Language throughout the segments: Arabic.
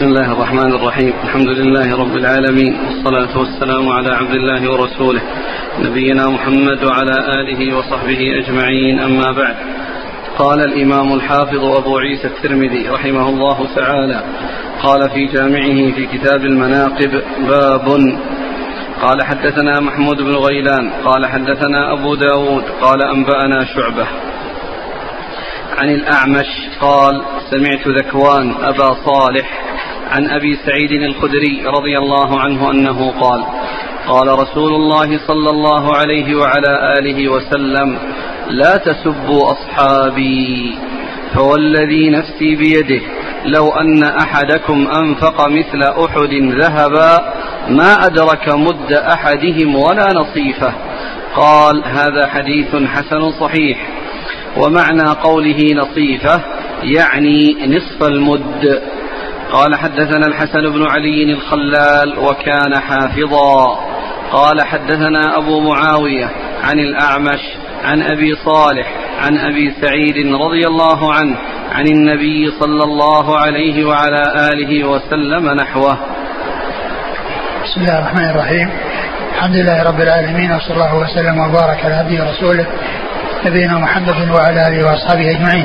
بسم الله الرحمن الرحيم. الحمد لله رب العالمين، والصلاة والسلام على عبد الله ورسوله نبينا محمد وعلى آله وصحبه أجمعين، أما بعد. قال الإمام الحافظ أبو عيسى الترمذي رحمه الله تعالى قال في جامعه في كتاب المناقب: باب. قال حدثنا محمود بن غيلان قال حدثنا أبو داود قال أنبأنا شعبة عن الأعمش قال: سمعت ذكوان أبا صالح عن أبي سعيد الخدري رضي الله عنه أنه قال: قال رسول الله صلى الله عليه وعلى آله وسلم: لا تسبوا أصحابي، فوالذي نفسي بيده لو أن أحدكم أنفق مثل أحد ذهبا ما أدرك مد أحدهم ولا نصيفه. قال: هذا حديث حسن صحيح. ومعنى قوله نصيفه يعني نصف المد. قال حدثنا الحسن بن علي الخلال وكان حافظا. قال حدثنا أبو معاوية عن الأعمش عن أبي صالح عن أبي سعيد رضي الله عنه عن النبي صلى الله عليه وعلى آله وسلم نحوه. بسم الله الرحمن الرحيم. الحمد لله رب العالمين، وصلى الله وسلم وبارك على عبده ورسوله نبينا محمد وعلى آله وأصحابه أجمعين.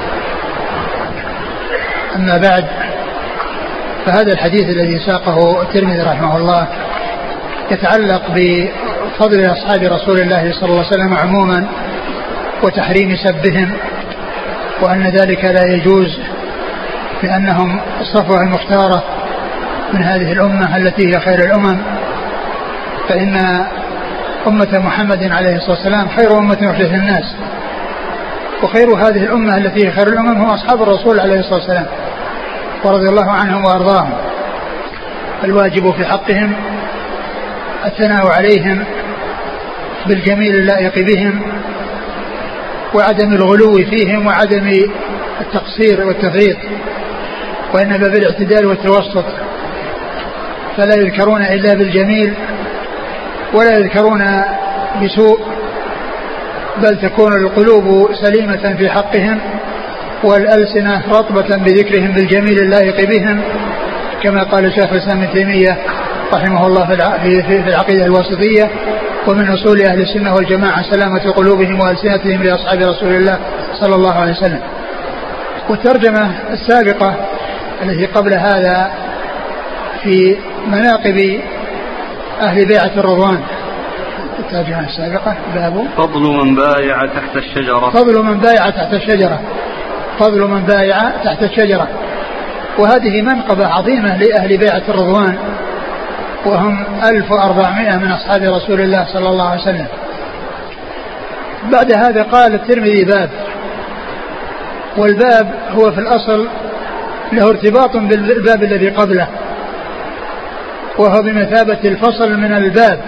أما بعد، فهذا الحديث الذي ساقه الترمذي رحمه الله يتعلق بفضل أصحاب رسول الله صلى الله عليه وسلم عموما وتحريم سبهم، وأن ذلك لا يجوز لأنهم الصفوة المختارة من هذه الأمة التي هي خير الأمم، فإن أمة محمد عليه الصلاة والسلام خير أمة أخرجت للناس، وخير هذه الأمة التي هي خير الأمم هم أصحاب الرسول عليه الصلاة والسلام ورضي الله عنهم وأرضاهم. الواجب في حقهم الثناء عليهم بالجميل اللائق بهم، وعدم الغلو فيهم، وعدم التقصير والتفريط، وإنما بالاعتدال والتوسط، فلا يذكرون إلا بالجميل ولا يذكرون بسوء، بل تكون القلوب سليمة في حقهم والألسنة رطبة بذكرهم بالجميل اللائق بهم، كما قال شيخ الإسلام ابن تيمية رحمه الله في العقيدة الواسطية: ومن أصول أهل السنة والجماعة سلامة قلوبهم وألسنتهم لأصحاب رسول الله صلى الله عليه وسلم. والترجمة السابقة التي قبل هذا في مناقب أهل بيعة الرضوان، الترجمة السابقة باب فضل من بايع تحت الشجرة. فضل من بايع تحت الشجرة، فضل من بايع تحت الشجرة. وهذه منقبة عظيمة لأهل بيعة الرضوان، وهم 1400 من أصحاب رسول الله صلى الله عليه وسلم. بعد هذا قال الترمذي: باب. والباب هو في الأصل له ارتباط بالباب الذي قبله، وهو بمثابة الفصل من الباب.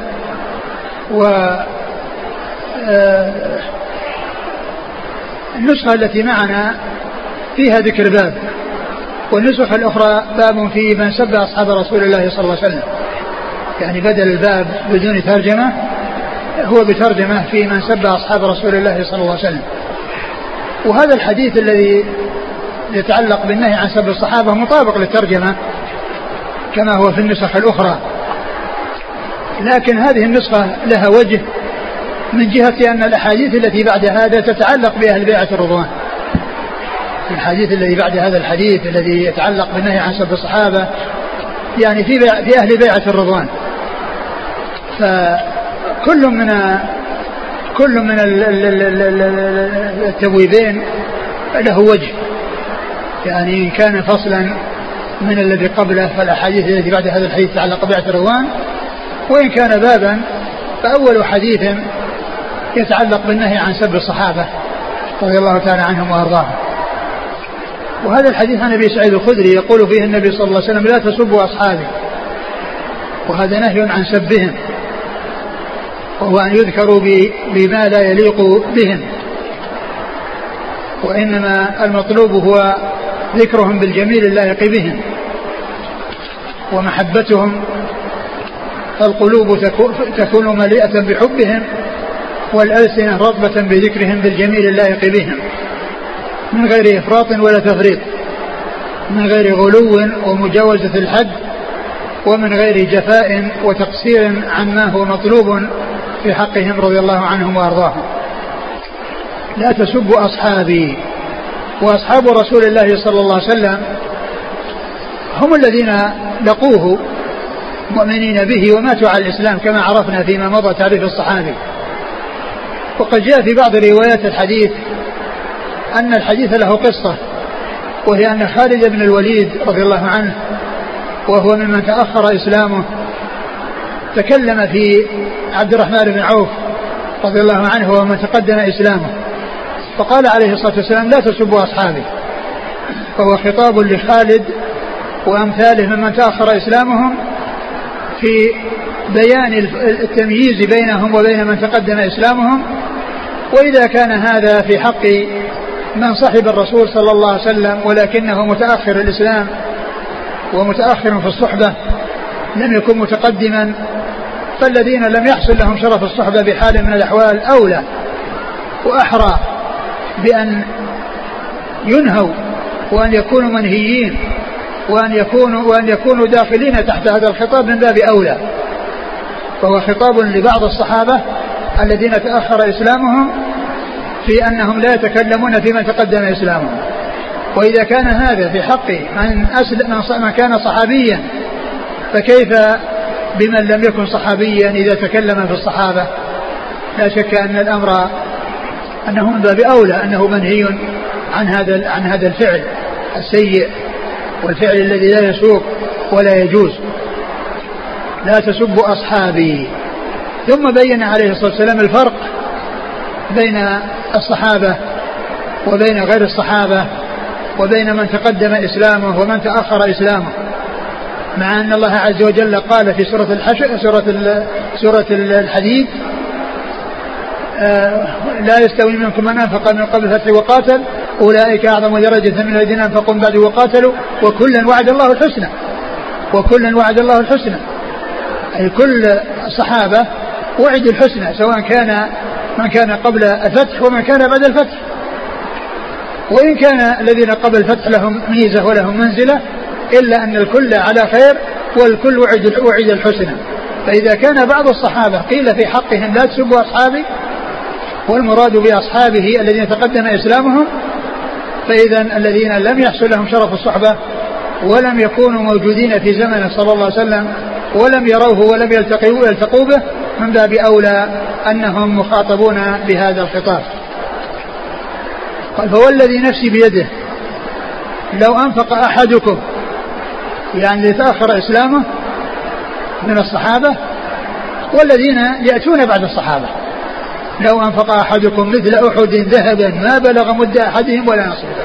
النسخة التي معنا فيها ذكر باب، والنسخة الأخرى باب في من سب أصحاب رسول الله صلى الله عليه وسلم، يعني بدل الباب بدون ترجمة هو بترجمة في من سب أصحاب رسول الله صلى الله عليه وسلم. وهذا الحديث الذي يتعلق بالنهي عن سب الصحابة مطابق للترجمة كما هو في النسخ الأخرى، لكن هذه النسخة لها وجه من جهة أن الأحاديث التي بعد هذا تتعلق بأهل بيعة الرضوان. الحديث الذي بعد هذا الحديث الذي يتعلق بالنهي عن سب الصحابة يعني في أهل بيعة الرضوان، فكل من التبويبين له وجه، يعني إن كان فصلا من الذي قبله فالأحاديث التي بعد هذا الحديث تتعلق ببيعة الرضوان، وإن كان بابا فأول حديث يتعلق بالنهي عن سب الصحابة رضي الله تعالى عنهم وأرضاهم. وهذا الحديث عن أبي سعيد الخدري يقول فيه النبي صلى الله عليه وسلم: لا تسبوا أصحابي، وهذا نهي عن سبهم، وهو أن يذكروا بما لا يليق بهم، وإنما المطلوب هو ذكرهم بالجميل اللائق بهم ومحبتهم، فالقلوب تكون مليئة بحبهم والألسنة رطبة بذكرهم بالجميل اللائق بهم من غير إفراط ولا تفريط. من غير غلو ومجاوزة الحد، ومن غير جفاء وتقصير عما هو مطلوب في حقهم رضي الله عنهم وأرضاهم. لا تسبوا أصحابي. وأصحاب رسول الله صلى الله عليه وسلم هم الذين لقوه مؤمنين به وماتوا على الإسلام كما عرفنا فيما مضى تعريف الصحابي. وقد جاء في بعض روايات الحديث أن الحديث له قصة، وهي أن خالد بن الوليد رضي الله عنه وهو ممن تأخر إسلامه تكلم في عبد الرحمن بن عوف رضي الله عنه ومن تقدم إسلامه، فقال عليه الصلاة والسلام لا تسبوا أصحابي، فهو خطاب لخالد وأمثاله ممن تأخر إسلامهم في بيان التمييز بينهم وبين من تقدم إسلامهم. وإذا كان هذا في حق من صحب الرسول صلى الله عليه وسلم ولكنه متأخر الإسلام ومتأخر في الصحبة لم يكن متقدما، فالذين لم يحصل لهم شرف الصحبة بحال من الأحوال أولى وأحرى بأن ينهوا وأن يكونوا منهيين وأن يكونوا داخلين تحت هذا الخطاب من باب أولى. فهو خطاب لبعض الصحابة الذين تأخر إسلامهم في أنهم لا يتكلمون فيما تقدم إسلامهم. وإذا كان هذا في حق من كان صحابيا فكيف بمن لم يكن صحابيا إذا تكلم في الصحابة؟ لا شك أن الأمر أنه من باب أولى أنه منهي عن هذا الفعل السيء والفعل الذي لا يسوق ولا يجوز. لا تسبوا أصحابي. ثم بين عليه الصلاة والسلام الفرق بين الصحابة وبين غير الصحابة وبين من تقدم إسلامه ومن تأخر إسلامه، مع أن الله عز وجل قال في سورة الحديد لا يستوي منكم من أنفق من قبل الفتح وقاتل أولئك أعظم درجة من الذين أنفقوا من بعد وقاتلوا وكلا وعد الله الحسنى. وكلا وعد الله الحسنى أي كل الصحابة وعد الحسنى، سواء كان من كان قبل الفتح ومن كان بعد الفتح، وإن كان الذين قبل الفتح لهم ميزة ولهم منزلة إلا أن الكل على خير والكل وعد الحسنى. فإذا كان بعض الصحابة قيل في حقهم لا تسبوا أصحابي والمراد بأصحابه الذين تقدم إسلامهم، فإذا الذين لم يحصل لهم شرف الصحبة ولم يكونوا موجودين في زمنه صلى الله عليه وسلم ولم يروه ولم يلتقوا به من باب أولى أنهم مخاطبون بهذا الخطاب. قال فوالذي نفسي بيده لو أنفق أحدكم، يعني لتأخر إسلامه من الصحابة والذين يأتون بعد الصحابة، لو أنفق أحدكم مثل أحد ذهبا ما بلغ مد أحدهم ولا نصيبه.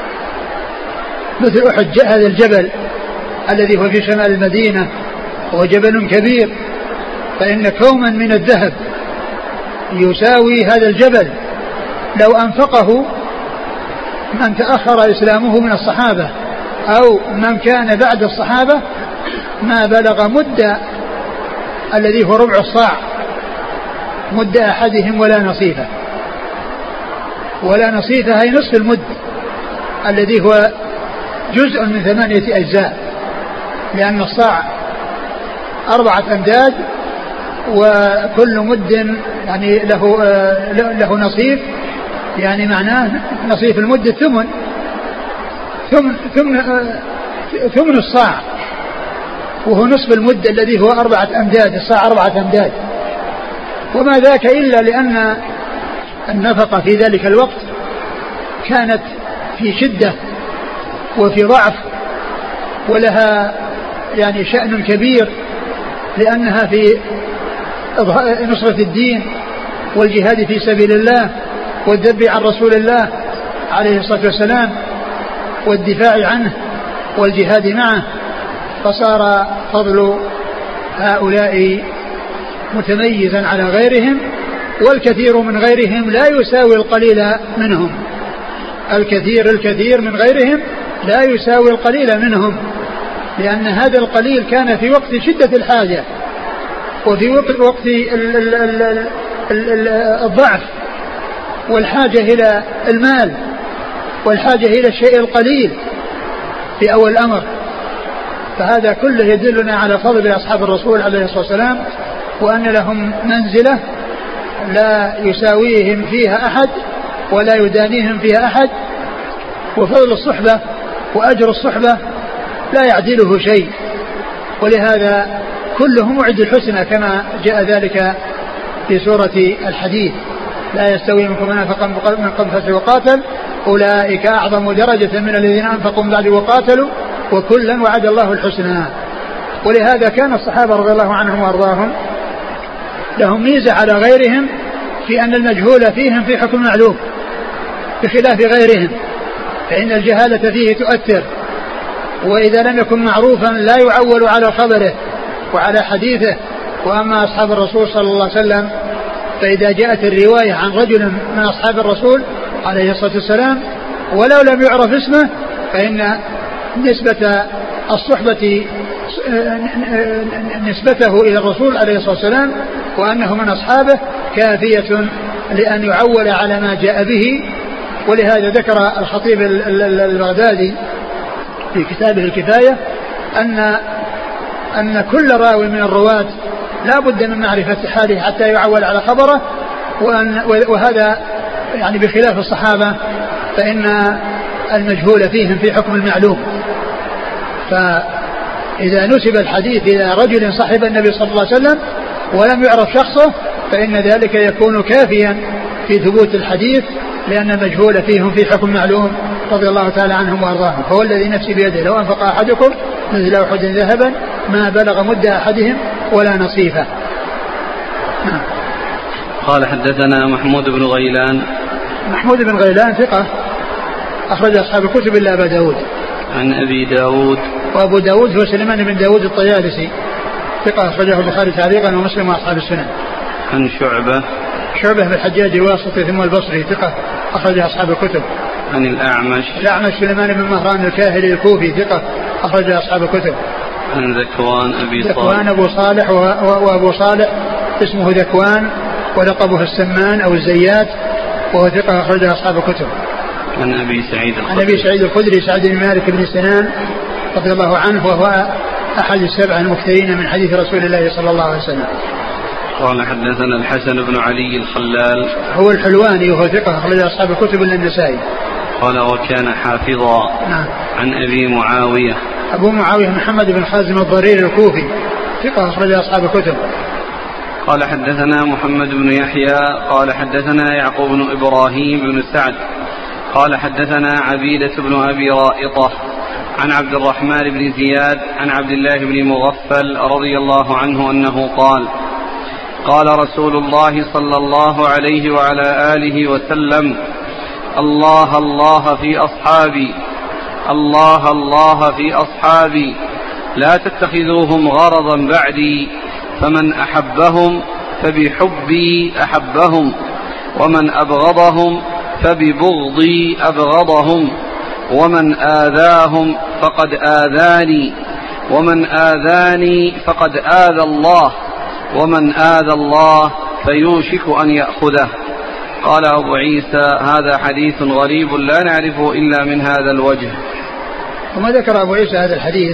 مثل أحد هذا الجبل الذي هو في شمال المدينة وهو جبل كبير، فإن كوما من الذهب يساوي هذا الجبل لو أنفقه من تأخر إسلامه من الصحابة أو من كان بعد الصحابة ما بلغ مد الذي هو ربع الصاع مد أحدهم ولا نصيفه. ولا نصيفه هي نصف المد الذي هو جزء من 8 أجزاء، لأن الصاع 4 أمداد وكل مد يعني له نصيف، يعني معناه نصيف المد ثمن الصاع، وهو نصف المد الذي هو 4 أمداد، الصاع 4 أمداد. وما ذاك إلا لأن النفقة في ذلك الوقت كانت في شدة وفي ضعف ولها يعني شأن كبير، لأنها في نصرة الدين والجهاد في سبيل الله والذب عن رسول الله عليه الصلاة والسلام والدفاع عنه والجهاد معه، فصار فضل هؤلاء متميزا على غيرهم، والكثير من غيرهم لا يساوي القليل منهم. الكثير من غيرهم لا يساوي القليل منهم، لأن هذا القليل كان في وقت شدة الحاجة وفي وقت الضعف والحاجة إلى المال والحاجة إلى الشيء القليل، في أول الأمر. فهذا كله يدلنا على فضل أصحاب الرسول عليه الصلاة والسلام، وأن لهم منزلة لا يساويهم فيها أحد ولا يدانيهم فيها أحد، وفضل الصحبة وأجر الصحبة لا يعدله شيء، ولهذا كلهم وعد الحسنى كما جاء ذلك في سورة الحديد: لا يستوي منكم من أنفق من قبل الفتح وقاتل أولئك أعظم درجة من الذين أنفقوا من بعد وقاتلوا وكلا وعد الله الحسنى. ولهذا كان الصحابة رضي الله عنهم وأرضاهم لهم ميزة على غيرهم في أن المجهول فيهم في حكم معلوم بخلاف غيرهم، فإن الجهالة فيه تؤثر، وإذا لم يكن معروفا لا يعول على خبره وعلى حديثه. وأما أصحاب الرسول صلى الله عليه وسلم فإذا جاءت الرواية عن رجل من أصحاب الرسول عليه الصلاة والسلام ولو لم يعرف اسمه فإن نسبة الصحبة نسبته إلى الرسول عليه الصلاة والسلام وأنه من أصحابه كافية لأن يعول على ما جاء به. ولهذا ذكر الخطيب البغدادي في كتابه الكفاية أن كل راوي من الرواة لا بد من معرفة حاله حتى يعول على خبره، وهذا يعني بخلاف الصحابة فإن المجهول فيهم في حكم المعلوم. فإذا نسب الحديث إلى رجل صاحب النبي صلى الله عليه وسلم ولم يعرف شخصه فإن ذلك يكون كافيا في ثبوت الحديث، لأن المجهول فيهم في حكم معلوم رضي الله تعالى عنهم وأرضاهم. فهو الذي نفسي بيده لو أنفق أحدكم مثل أحد ذهبا ما بلغ مد أحدهم ولا نصيفه. قال حدثنا محمود بن غيلان. محمود بن غيلان ثقة أخرج أصحاب الكتب إلا أبا داود. عن أبي داود. وأبو داود هو سليمان بن داود الطيالسي ثقة أخرجه البخاري تعليقا ومسلم وأصحاب السنن. عن شعبة بن الحجاج الواسطي ثم البصري ثقة أخرج أصحاب الكتب. عن الأعمش سليمان بن مهران الكاهلي الكوفي ثقة أخرج أصحاب الكتب. عن ذكوان أبو صالح وأبو صالح اسمه ذكوان ولقبه السمان أو الزيات وهو ثقة أخرج أصحاب الكتب. عن أبي سعيد الخدري سعد بن مالك بن سنان رضي الله عنه وهو أحد السبع المكثرين من حديث رسول الله صلى الله عليه وسلم. قال حدثنا الحسن بن علي الخلال هو الحلواني وهو ثقة أخرج أصحاب الكتب إلا النسائي. قال وكان حافظا. نعم. عن أبي معاوية. أبو معاوية محمد بن خازم الضرير الكوفي ثقة أخرج أصحاب الكتب. قال حدثنا محمد بن يحيى قال حدثنا يعقوب بن إبراهيم بن سعد قال حدثنا عبيدة بن أبي رائطة عن عبد الرحمن بن زياد عن عبد الله بن مغفل رضي الله عنه أنه قال قال رسول الله صلى الله عليه وعلى آله وسلم الله الله في أصحابي الله الله في أصحابي لا تتخذوهم غرضا بعدي فمن أحبهم فبحبي أحبهم ومن أبغضهم فببغضي أبغضهم ومن آذاهم فقد آذاني ومن آذاني فقد آذى الله ومن آذى الله فيوشك أن يأخذه. قال أبو عيسى هذا حديث غريب لا نعرفه إلا من هذا الوجه. وما ذكر أبو عيسى هذا الحديث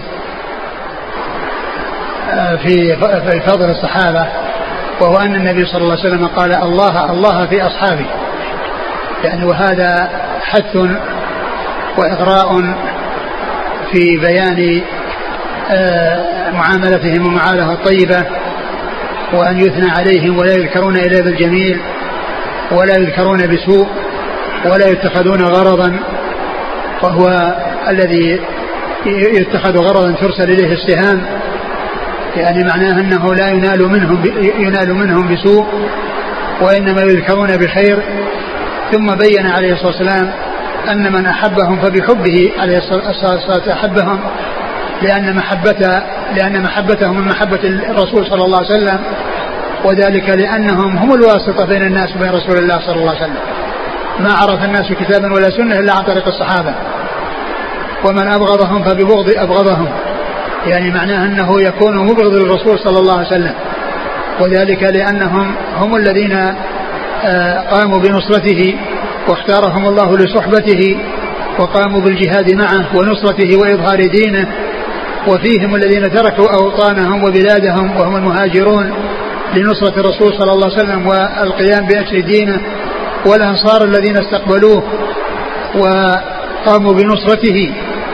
في فضل الصحابة وهو أن النبي صلى الله عليه وسلم قال الله الله في أصحابي، يعني وهذا حث وإغراء في بيان معاملتهم ومعاملة الطيبة وأن يثنى عليهم ولا يذكرون إلا بالجميل ولا يذكرون بسوء ولا يتخذون غرضا، وهو الذي يتخذ غرضا ترسل إليه السهام، يعني معناه أنه لا ينال منهم بسوء وإنما يذكرون بخير. ثم بين عليه الصلاة والسلام أن من أحبهم فبحبه عليه الصلاة والسلام أحبهم لأن محبتهم من محبة الرسول صلى الله عليه وسلم، وذلك لأنهم هم الواسطة بين الناس وبين رسول الله صلى الله عليه وسلم. ما عرف الناس كتابا ولا سنة إلا عن طريق الصحابة. ومن أبغضهم فببغض أبغضهم، يعني معناه أنه يكون مبغض للرسول صلى الله عليه وسلم، وذلك لأنهم هم الذين قاموا بنصرته واختارهم الله لصحبته وقاموا بالجهاد معه ونصرته وإظهار دينه، وفيهم الذين تركوا أوطانهم وبلادهم وهم المهاجرون لنصرة الرسول صلى الله عليه وسلم والقيام بنشر دينه، والأنصار الذين استقبلوه وقاموا بنصرته،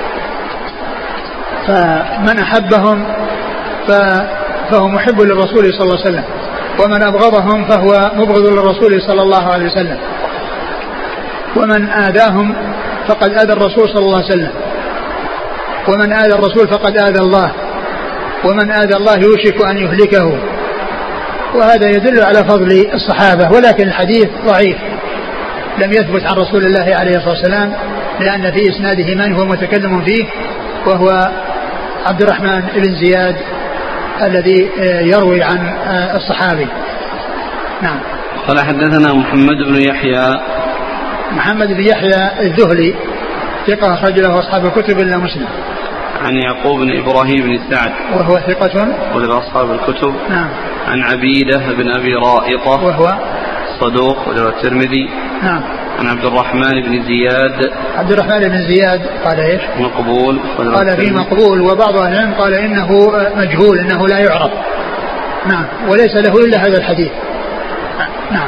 فمن أحبهم فهو محب للرسول صلى الله عليه وسلم، ومن أبغضهم فهو مبغض للرسول صلى الله عليه وسلم، ومن آذاهم فقد آذى الرسول صلى الله عليه وسلم، ومن آذى الرسول فقد آذى الله، ومن آذى الله يوشك أن يهلكه. وهذا يدل على فضل الصحابة، ولكن الحديث ضعيف لم يثبت عن رسول الله عليه الصلاة والسلام، لأن في إسناده من هو متكلم فيه، وهو عبد الرحمن بن زياد الذي يروي عن الصحابي. نعم. قال حدثنا محمد بن يحيى. محمد بن يحيى الذهلي ثقة أخرج له أصحاب الكتب إلا مسلم. عن يعقوب بن إبراهيم بن سعد وهو ثقة ولأصحاب الكتب. نعم. عن عبيدة بن أبي رائطة وهو صدوق وله الترمذي. نعم. عن عبد الرحمن بن زياد. عبد الرحمن بن زياد قال ايش؟ مقبول. قال فيه مقبول، وبعض أهل العلم قال إنه مجهول، إنه لا يعرف. نعم. وليس له إلا هذا الحديث. نعم.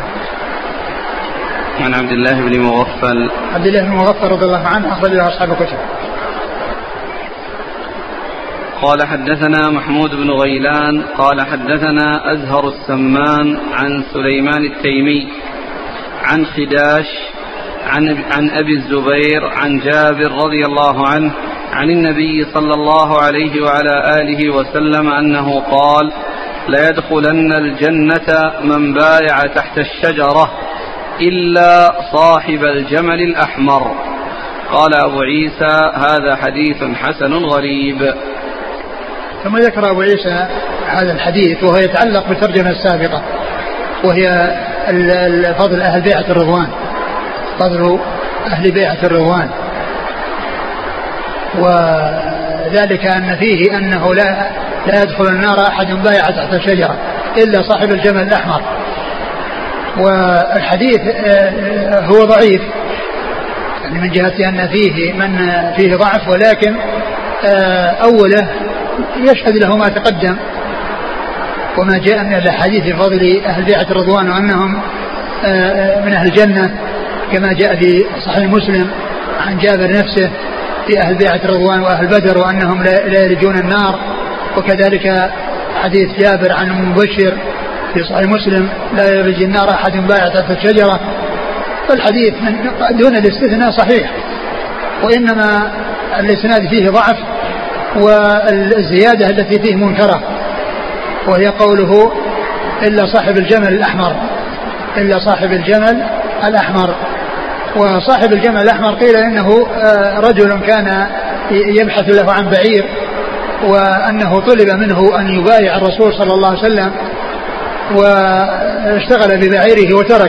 عن عبد الله بن مغفل. عبد الله بن مغفل رضي الله عنه أخرج له أصحاب الكتب. قال حدثنا محمود بن غيلان قال حدثنا أزهر السمان عن سليمان التيمي عن خداش عن أبي الزبير عن جابر رضي الله عنه عن النبي صلى الله عليه وعلى آله وسلم أنه قال: لا يدخلن الجنة من بايع تحت الشجرة إلا صاحب الجمل الأحمر. قال أبو عيسى: هذا حديث حسن غريب. ثم ذكر أبو عيسى هذا الحديث وهو يتعلق بالترجمة السابقة، وهي فضل أهل بيعة الرضوان، فضل أهل بيعة الرضوان، وذلك أن فيه أنه لا يدخل النار أحد بايع تحت الشجرة إلا صاحب الجمل الأحمر. والحديث هو ضعيف يعني من جهة أن فيه من فيه ضعف، ولكن أوله يشهد له ما تقدم وما جاء من الحديث في فضل أهل بيعة الرضوان وأنهم من أهل الجنة، كما جاء في صحيح مسلم عن جابر نفسه في أهل بيعة الرضوان وأهل بدر وأنهم لا يلجون النار، وكذلك حديث جابر عن المبشر في صحيح مسلم: لا يلج النار أحد بايع تحت الشجرة. فالحديث دون الاستثناء صحيح، وإنما الإسناد فيه ضعف، والزيادة التي فيه منكرة، وهي قوله: إلا صاحب الجمل الأحمر، إلا صاحب الجمل الأحمر. وصاحب الجمل الأحمر قيل إنه رجل كان يبحث له عن بعير، وأنه طلب منه أن يبايع الرسول صلى الله عليه وسلم، واشتغل ببعيره وترك.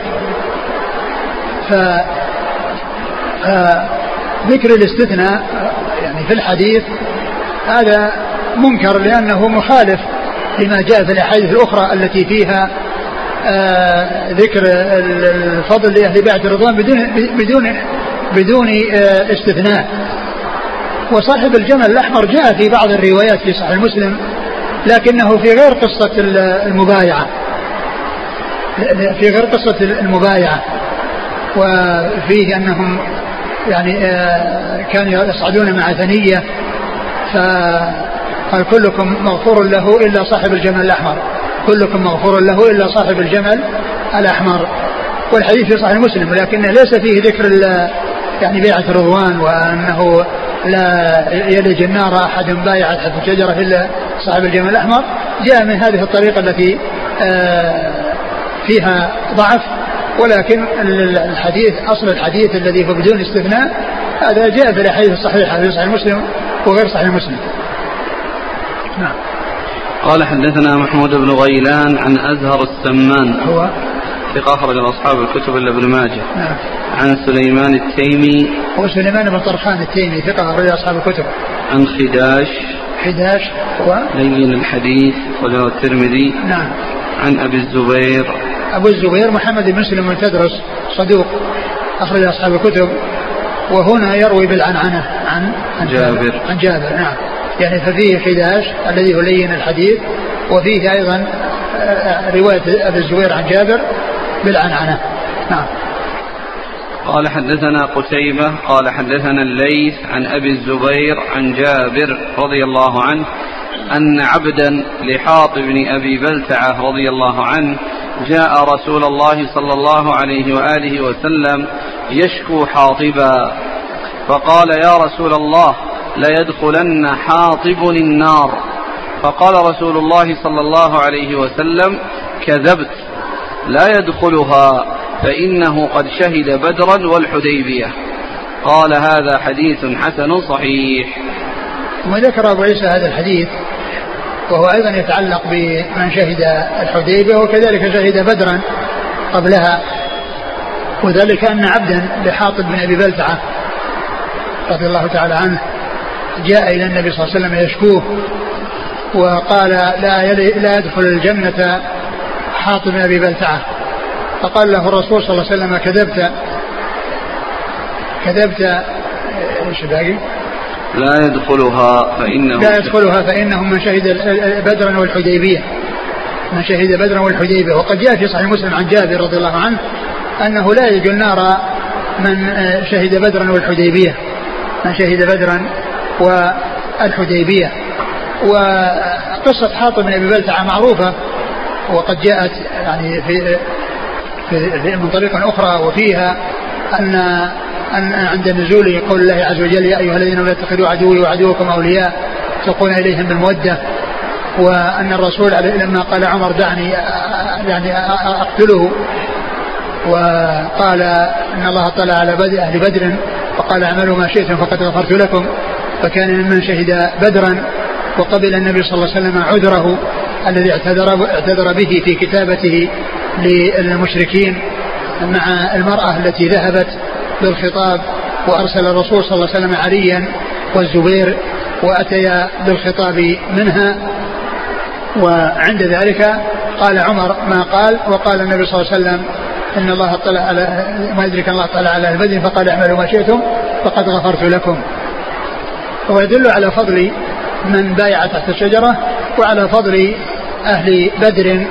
فذكر الاستثناء يعني في الحديث هذا منكر، لأنه مخالف لما جاء في الأحاديث الأخرى التي فيها ذكر الفضل لأهل بيعة الرضوان بدون استثناء. وصاحب الجمل الأحمر جاء في بعض الروايات في صحيح مسلم، لكنه في غير قصة المبايعة، في غير قصة المبايعة، وفيه أنهم يعني كانوا يصعدون مع ثنية، فقال: كلكم مغفور له إلا صاحب الجمل الأحمر، كلكم مغفور له إلا صاحب الجمل الأحمر. والحديث في صحيح مسلم، ولكنه ليس فيه ذكر يعني بيعة الرضوان، وأنه لا يلج النار أحد بايع تحت الشجرة إلا صاحب الجمل الأحمر. جاء من هذه الطريقة التي فيها ضعف، ولكن الحديث أصل الحديث الذي هو بدون استثناء هذا جاء في الأحاديث الصحيحة في صحيح مسلم وغير صحيح مسلم. نعم. قال حدثنا محمود بن غيلان عن أزهر السمان هو ثقة أخرج أصحاب الكتب إلا ابن ماجه. نعم. عن سليمان التيمي هو سليمان بن طرخان التيمي ثقة أخرج أصحاب الكتب. عن خداش هو لين الحديث وله الترمذي. نعم. عن أبي الزبير. أبو الزبير محمد بن مسلم بن تدرس صدوق أخرج أصحاب الكتب. وهنا يروي بالعنعنة عن جابر. نعم. يعني ففيه خداش الذي هو لين الحديث، وفيه أيضا رواية أبي الزبير عن جابر بالعنعنة. نعم. قال حدثنا قتيبة قال حدثنا الليث عن أبي الزبير عن جابر رضي الله عنه أن عبدا لحاطب بن أبي بلتعة رضي الله عنه جاء رسول الله صلى الله عليه وآله وسلم يشكو حاطبا، فقال يا رسول الله لا يدخلن حاطب النار، فقال رسول الله صلى الله عليه وسلم كذبت، لا يدخلها فإنه قد شهد بدرا والحديبية. قال هذا حديث حسن صحيح. ثم ذكر أبو عيسى هذا الحديث وهو أيضا يتعلق بمن شهد الحديبية وكذلك شهد بدرا قبلها، وذلك أن عبدا لحاطب بن أبي بلتعة رضي الله تعالى عنه جاء إلى النبي صلى الله عليه وسلم يشكوه وقال لا يدخل الجنة حاطب بن أبي بلتعة، فقال له الرسول صلى الله عليه وسلم كذبت ايش باقي؟ لا يدخلها فإنه من شهد بدرا والحديبية، من شهد بدرا والحديبية. وقد جاء في صحيح مسلم عن جابر رضي الله عنه أنه لا يلج النار من شهد بدرا والحديبية، من شهد بدرا والحديبية. وقصة حاطب بن أبي بلتعة معروفة، وقد جاءت يعني في من طريق أخرى، وفيها أن عند نزول قول الله عز وجل يا أيها الذين لا تتخذوا عدوي وعدوكم أولياء تلقون إليهم بالمودة، وأن الرسول لما قال عمر دعني يعني أقتله، وقال إن الله طلع على أهل بدر فقال اعملوا ما شئتم فقد غفرت لكم، فكان ممن شهد بدرا. وقبل النبي صلى الله عليه وسلم عذره الذي اعتذر به في كتابته للمشركين مع المرأة التي ذهبت بالخطاب، وأرسل الرسول صلى الله عليه وسلم عليا والزبير وأتيا بالخطاب منها، وعند ذلك قال عمر ما قال، وقال النبي صلى الله عليه وسلم إن الله طلع على ما يدرك الله طلع على البدر فقال اعملوا ما شئتم فقد غفرت لكم. ويدل على فضل من بايع تحت الشجرة وعلى فضل أهل بدر،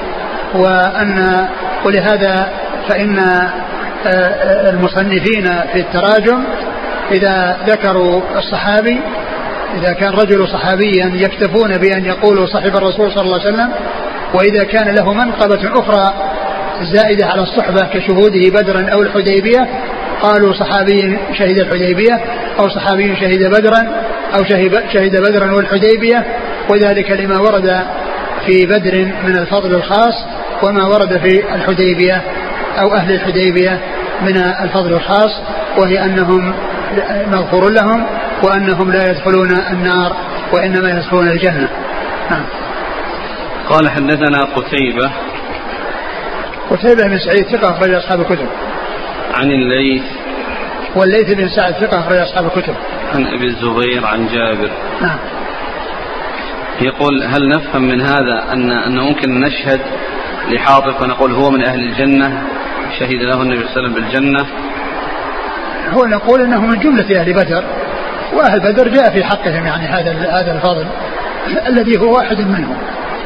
ولهذا فإن المصنفين في التراجم إذا ذكروا الصحابي، إذا كان رجل صحابيا يكتفون بأن يقولوا صحب الرسول صلى الله عليه وسلم، وإذا كان له منقبة أخرى زائدة على الصحبة كشهوده بدرا أو الحديبية قالوا صحابي شهد الحديبية أو صحابي شهد بدرا أو شهد بدرا والحديبية، وذلك لما ورد في بدر من الفضل الخاص وما ورد في الحديبية أو أهل الحديبية من الفضل الخاص، وهي أنهم مغفور لهم وأنهم لا يدخلون النار وإنما يدخلون الجنة. قال حدثنا قتيبة بن سعيد ثقة أخرج أصحاب الكتب. عن الليث والليث بن سعد ثقة أخرج أصحاب الكتب. عن أبي الزبير عن جابر. نعم. يقول هل نفهم من هذا أن ممكن نشهد لحاطب ونقول هو من أهل الجنة شهد له النبي صلى الله عليه وسلم بالجنة؟ هو نقول أنه من جملة أهل بدر، وأهل بدر جاء في حقهم يعني هذا الفضل الذي هو واحد منهم.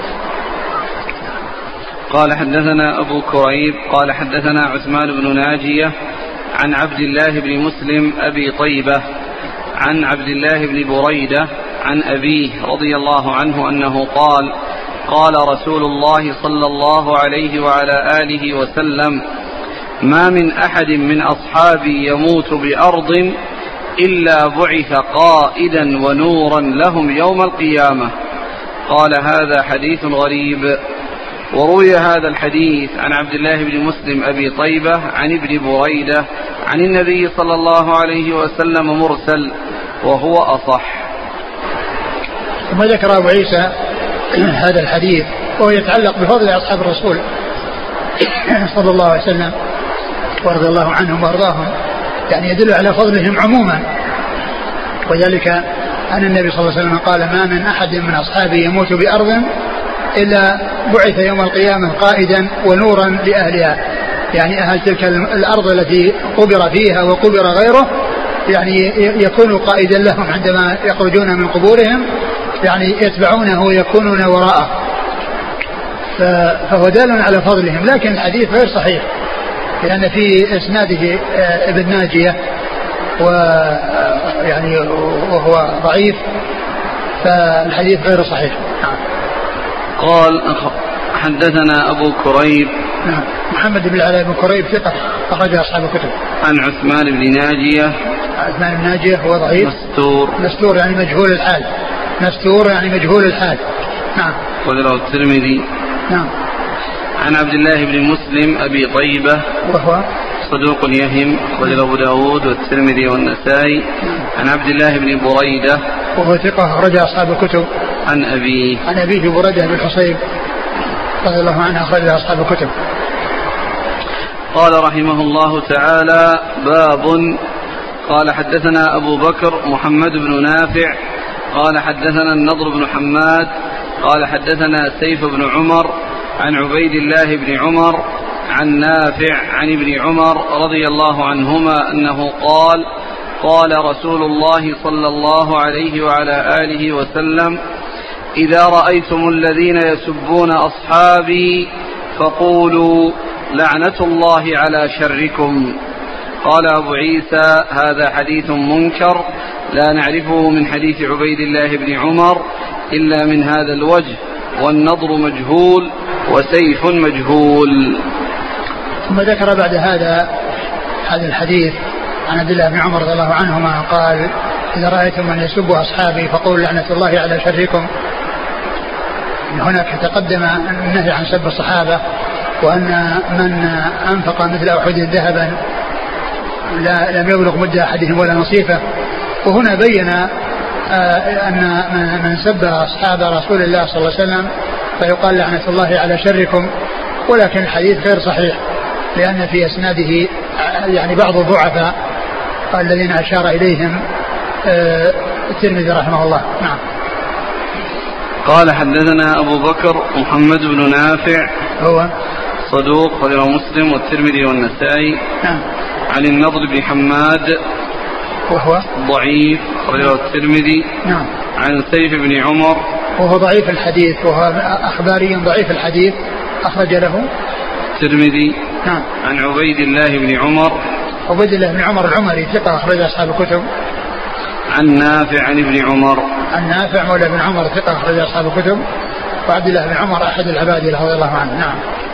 قال حدثنا أبو كريب قال حدثنا عثمان بن ناجية عن عبد الله بن مسلم أبي طيبة عن عبد الله بن بريدة عن أبيه رضي الله عنه أنه قال قال رسول الله صلى الله عليه وعلى آله وسلم ما من أحد من أصحابي يموت بأرض إلا بعث قائدا ونورا لهم يوم القيامة. قال هذا حديث غريب. وروي هذا الحديث عن عبد الله بن مسلم أبي طيبة عن ابن بريدة عن النبي صلى الله عليه وسلم مرسل وهو أصح. ثم ذكر أبو عيسى هذا الحديث وهو يتعلق بفضل أصحاب الرسول صلى الله عليه وسلم ورضي الله عنهم وارضاهم، يعني يدل على فضلهم عموما، وذلك أن النبي صلى الله عليه وسلم قال ما من أحد من أصحابه يموت بأرض إلا بعث يوم القيامة قائدا ونورا لأهلها، يعني أهل تلك الأرض التي قبر فيها وقبر غيره يعني يكون قائدا لهم عندما يخرجون من قبورهم، يعني يتبعونه ويكونون وراءه، فهو دال على فضلهم. لكن الحديث غير صحيح لأن في إسناده ابن ناجية ويعني وهو ضعيف، فالحديث غير صحيح. قال حدثنا أبو كريب محمد بن العلاء بن كريب ثقة أخرج أصحاب الكتب. عن عثمان بن ناجية. عثمان بن ناجية هو ضعيف مستور يعني مجهول الحال، مستور يعني مجهول الحال. نعم. وله الترمذي. نعم. عن عبد الله بن مسلم أبي طيبة وهو صدوق يهم، أخرجه أبو داود والترمذي والنسائي. عن عبد الله بن بريدة وهو ثقة أخرج أصحاب الكتب. عن أبيه بريدة بن الحصيب رضي الله عنه أخرج أصحاب الكتب. قال رحمه الله تعالى: باب. قال حدثنا أبو بكر محمد بن نافع قال حدثنا النضر بن حماد قال حدثنا سيف بن عمر عن عبيد الله بن عمر عن نافع عن ابن عمر رضي الله عنهما أنه قال: قال رسول الله صلى الله عليه وعلى آله وسلم: إذا رأيتم الذين يسبون أصحابي فقولوا لعنة الله على شركم. قال أبو عيسى: هذا حديث منكر لا نعرفه من حديث عبيد الله بن عمر إلا من هذا الوجه، والنضر مجهول وسيف مجهول. ثم ذكر بعد هذا الحديث عن عبد الله بن عمر رضي الله عنهما قال: إذا رأيتم من يسب أصحابي فقولوا لعنة الله على شركم. هناك تقدم النهي عن سب الصحابة، وأن من أنفق مثل أحد ذهبا لم يبلغ مد أحدهم ولا نصيفه. وهنا بين أن من سب أصحاب رسول الله صلى الله عليه وسلم فيقال لعنة الله على شركم، ولكن الحديث غير صحيح لأن في أسناده يعني بعض الضعفاء الذين أشار إليهم الترمذي رحمه الله. نعم. قال حدثنا أبو بكر محمد بن نافع هو صدوق رواه مسلم والترمذي والنسائي. نعم. عن النضر بن حماد وهو ضعيف رواه الترمذي. نعم. عن سيف بن عمر وهو ضعيف الحديث، وهو أخباري ضعيف الحديث أخرج له الترمذي. نعم. عن عبيد الله بن عمر العمري ثقة أخرج أصحاب الكتب. عن نافع عن ابن عمر. عن نافع مولى بن عمر ثقة أخرج أصحاب الكتب. وعبد الله بن عمر أحد العباد رضي الله عنه. نعم.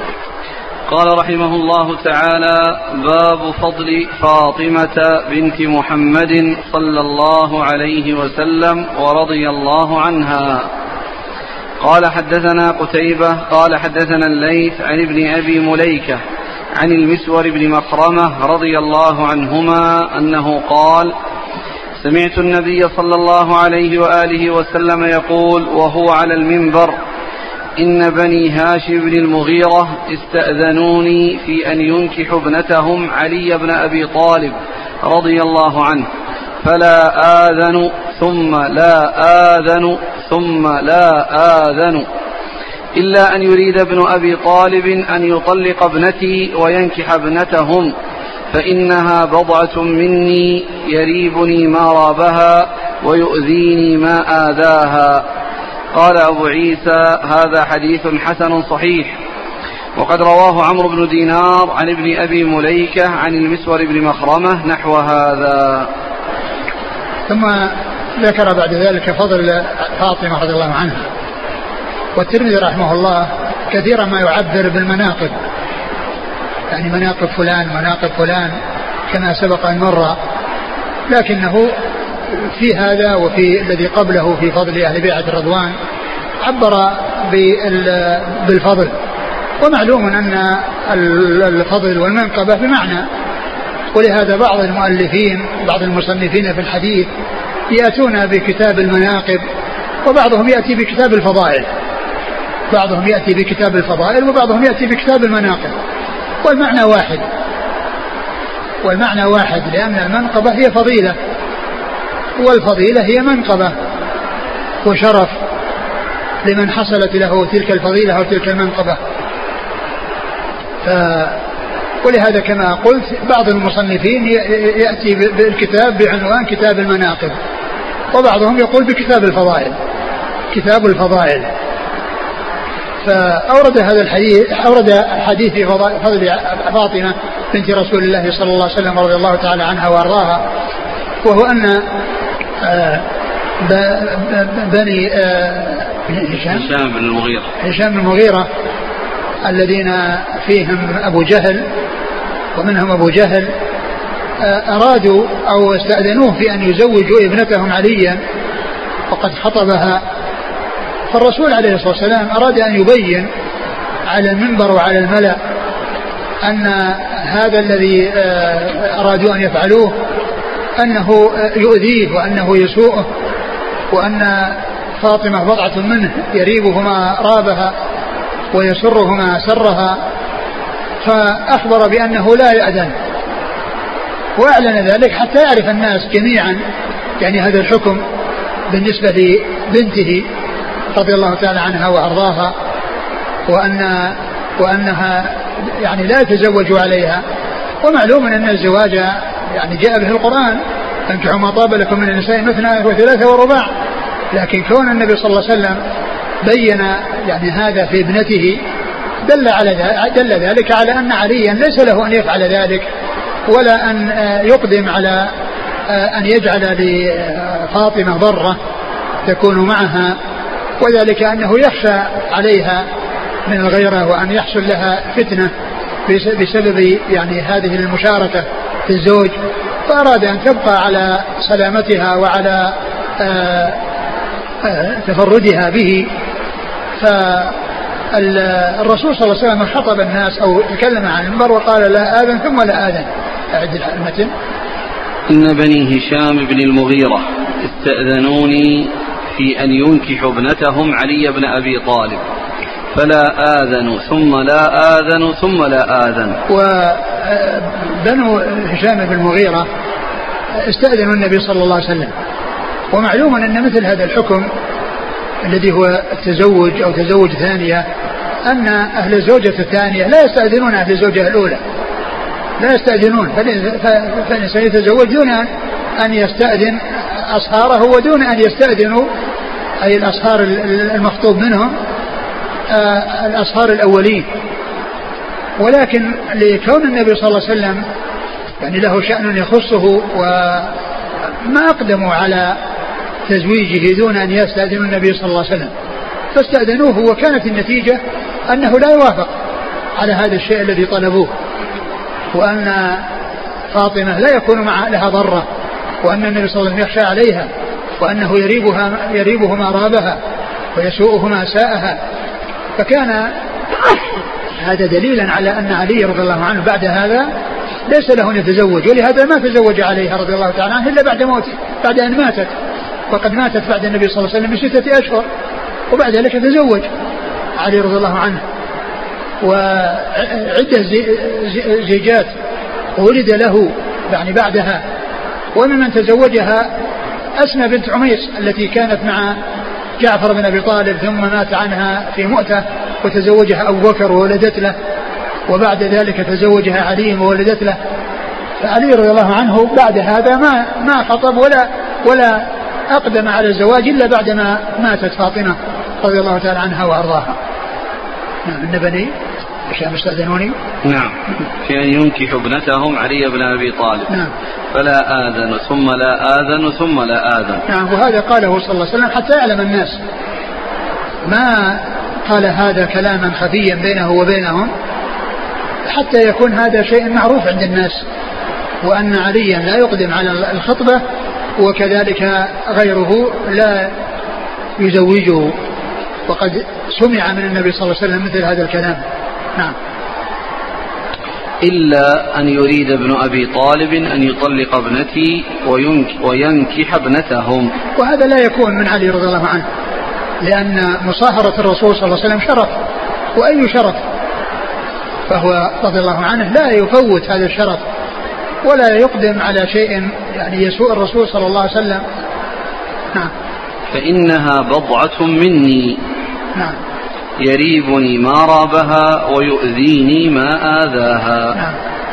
قال رحمه الله تعالى: باب فضل فاطمة بنت محمد صلى الله عليه وسلم ورضي الله عنها. قال حدثنا قتيبة قال حدثنا الليث عن ابن أبي مليكة عن المسور بن مخرمة رضي الله عنهما أنه قال: سمعت النبي صلى الله عليه وآله وسلم يقول وهو على المنبر: إن بني هاشم بن المغيرة استأذنوني في أن ينكحوا ابنتهم علي بن أبي طالب رضي الله عنه، فلا آذن ثم لا آذن ثم لا آذن إلا أن يريد ابن أبي طالب أن يطلق ابنتي وينكح ابنتهم، فإنها بضعة مني يريبني ما رابها ويؤذيني ما آذاها. قال أبو عيسى: هذا حديث حسن صحيح. وقد رواه عمرو بن دينار عن ابن أبي مليكة عن المسور بن مخرمة نحو هذا. ثم ذكر بعد ذلك فضل فاطمة رضي الله عنها. والترمذي رحمه الله كثيرا ما يعبر بالمناقب، يعني مناقب فلان كما سبق أن مر، لكنه في هذا وفي الذي قبله في فضل أهل بيعة الرضوان عبر بالفضل. ومعلوم أن الفضل والمنقبة بمعنى، ولهذا بعض المصنفين في الحديث يأتون بكتاب المناقب، وبعضهم يأتي بكتاب الفضائل، وبعضهم يأتي بكتاب المناقب، والمعنى واحد لأن المنقبة هي فضيلة، والفضيلة هي منقبة وشرف لمن حصلت له تلك الفضيلة أو تلك المنقبة. ولهذا كما قلت بعض المصنفين يأتي بالكتاب بعنوان كتاب المناقب، وبعضهم يقول بكتاب الفضائل، كتاب الفضائل. فأورد هذا الحديث، أورد حديث في فضل فاطمة بنت رسول الله صلى الله عليه وسلم رضي الله تعالى عنها وأرضاها، وهو أن بني هشام بن المغيرة الذين فيهم أبو جهل ومنهم أبو جهل أرادوا أو استأذنوه في أن يزوجوا ابنتهم عليا وقد خطبها، فالرسول عليه الصلاة والسلام أراد أن يبين على المنبر وعلى الملأ أن هذا الذي أرادوا أن يفعلوه أنه يؤذيه وأنه يسوءه، وأن فاطمة بضعة منه يريبهما رابها ويسرهما سرها، فأخبر بأنه لا يأذن، وأعلن ذلك حتى يعرف الناس جميعا يعني هذا الحكم بالنسبة لبنته رضي الله تعالى عنها وأرضاها، وأنها يعني لا يتزوج عليها. ومعلوم أن الزواج يعني جاء به القرآن: فانكحوا ما طاب لكم من النساء مثنى وثلاثة ورباع، لكن كون النبي صلى الله عليه وسلم بين يعني هذا في ابنته دل ذلك على أن عليا ليس له أن يفعل ذلك ولا أن يقدم على أن يجعل لفاطمة ضرة تكون معها، وذلك أنه يخشى عليها من الغيرة وأن يحصل لها فتنة بسبب يعني هذه المشاركة في الزوج، فأراد أن تبقى على سلامتها وعلى تفردها به. فالرسول صلى الله عليه وسلم خطب الناس أو تكلم عن المنبر وقال: لا آذن ثم لا آذن. أعد المتن: إن بني هشام بن المغيرة استأذنوني في أن ينكحوا ابنتهم علي بن أبي طالب فلا آذن ثم لا آذن ثم لا آذن. وبنو هشام بن المغيرة استأذنوا النبي صلى الله عليه وسلم، ومعلوم أن مثل هذا الحكم الذي هو التزوج أو تزوج ثانية أن أهل الزوجة الثانية لا يستأذنون أهل الزوجة الأولى، لا يستأذنون، فالإنسان يتزوج دون أن يستأذن أصهاره ودون أن يستأذنوا أي الأصهار المخطوب منهم الأصهار الأولين. ولكن لكون النبي صلى الله عليه وسلم يعني له شأن يخصه وما أقدموا على تزويجه دون أن يستأذنوا النبي صلى الله عليه وسلم، فاستأذنوه، وكانت النتيجة أنه لا يوافق على هذا الشيء الذي طلبوه، وأن فاطمة لا يكون لها ضرة، وأن النبي صلى الله عليه وسلم يخشى عليها، وأنه يريبهما رابها ويسوءهما ساءها. فكان هذا دليلا على أن علي رضي الله عنه بعد هذا ليس له أن يتزوج، ولهذا ما تزوج عليها رضي الله تعالى عنه إلا بعد موته، بعد أن ماتت، وقد ماتت بعد النبي صلى الله عليه وسلم ب6 أشهر، وبعد ذلك تزوج علي رضي الله عنه. وعدة زيجات ولد له يعني بعدها، وممن تزوجها أسمى بنت عميس التي كانت مع جعفر بن أبي طالب ثم مات عنها في مؤتة، وتزوجها أبو بكر وولدت له، وبعد ذلك تزوجها علي وولدت له. فعلي رضي الله عنه بعد هذا ما خطب ولا أقدم على الزواج إلا بعدما ماتت فاطمة رضي الله تعالى عنها وأرضاها. إن بني هشام استأذنوني في أن ينكحوا ابنتهم علي بن أبي طالب فلا آذن ثم لا آذن ثم لا آذن. وهذا قاله صلى الله عليه وسلم حتى يعلم الناس، ما قال هذا كلاما خفيا بينه وبينهم، حتى يكون هذا شيء معروف عند الناس، وأن عليا لا يقدم على الخطبة وكذلك غيره لا يزوجه، وقد سمع من النبي صلى الله عليه وسلم مثل هذا الكلام. إلا أن يريد ابن أبي طالب أن يطلق ابنتي وينكح ابنتهم، وهذا لا يكون من علي رضي الله عنه، لأن مصاهرة الرسول صلى الله عليه وسلم شرف، وأي شرف، فهو رضي الله عنه لا يفوت هذا الشرف ولا يقدم على شيء يعني يسوء الرسول صلى الله عليه وسلم. فإنها بضعة مني يريبني ما رابها ويؤذيني ما آذاها.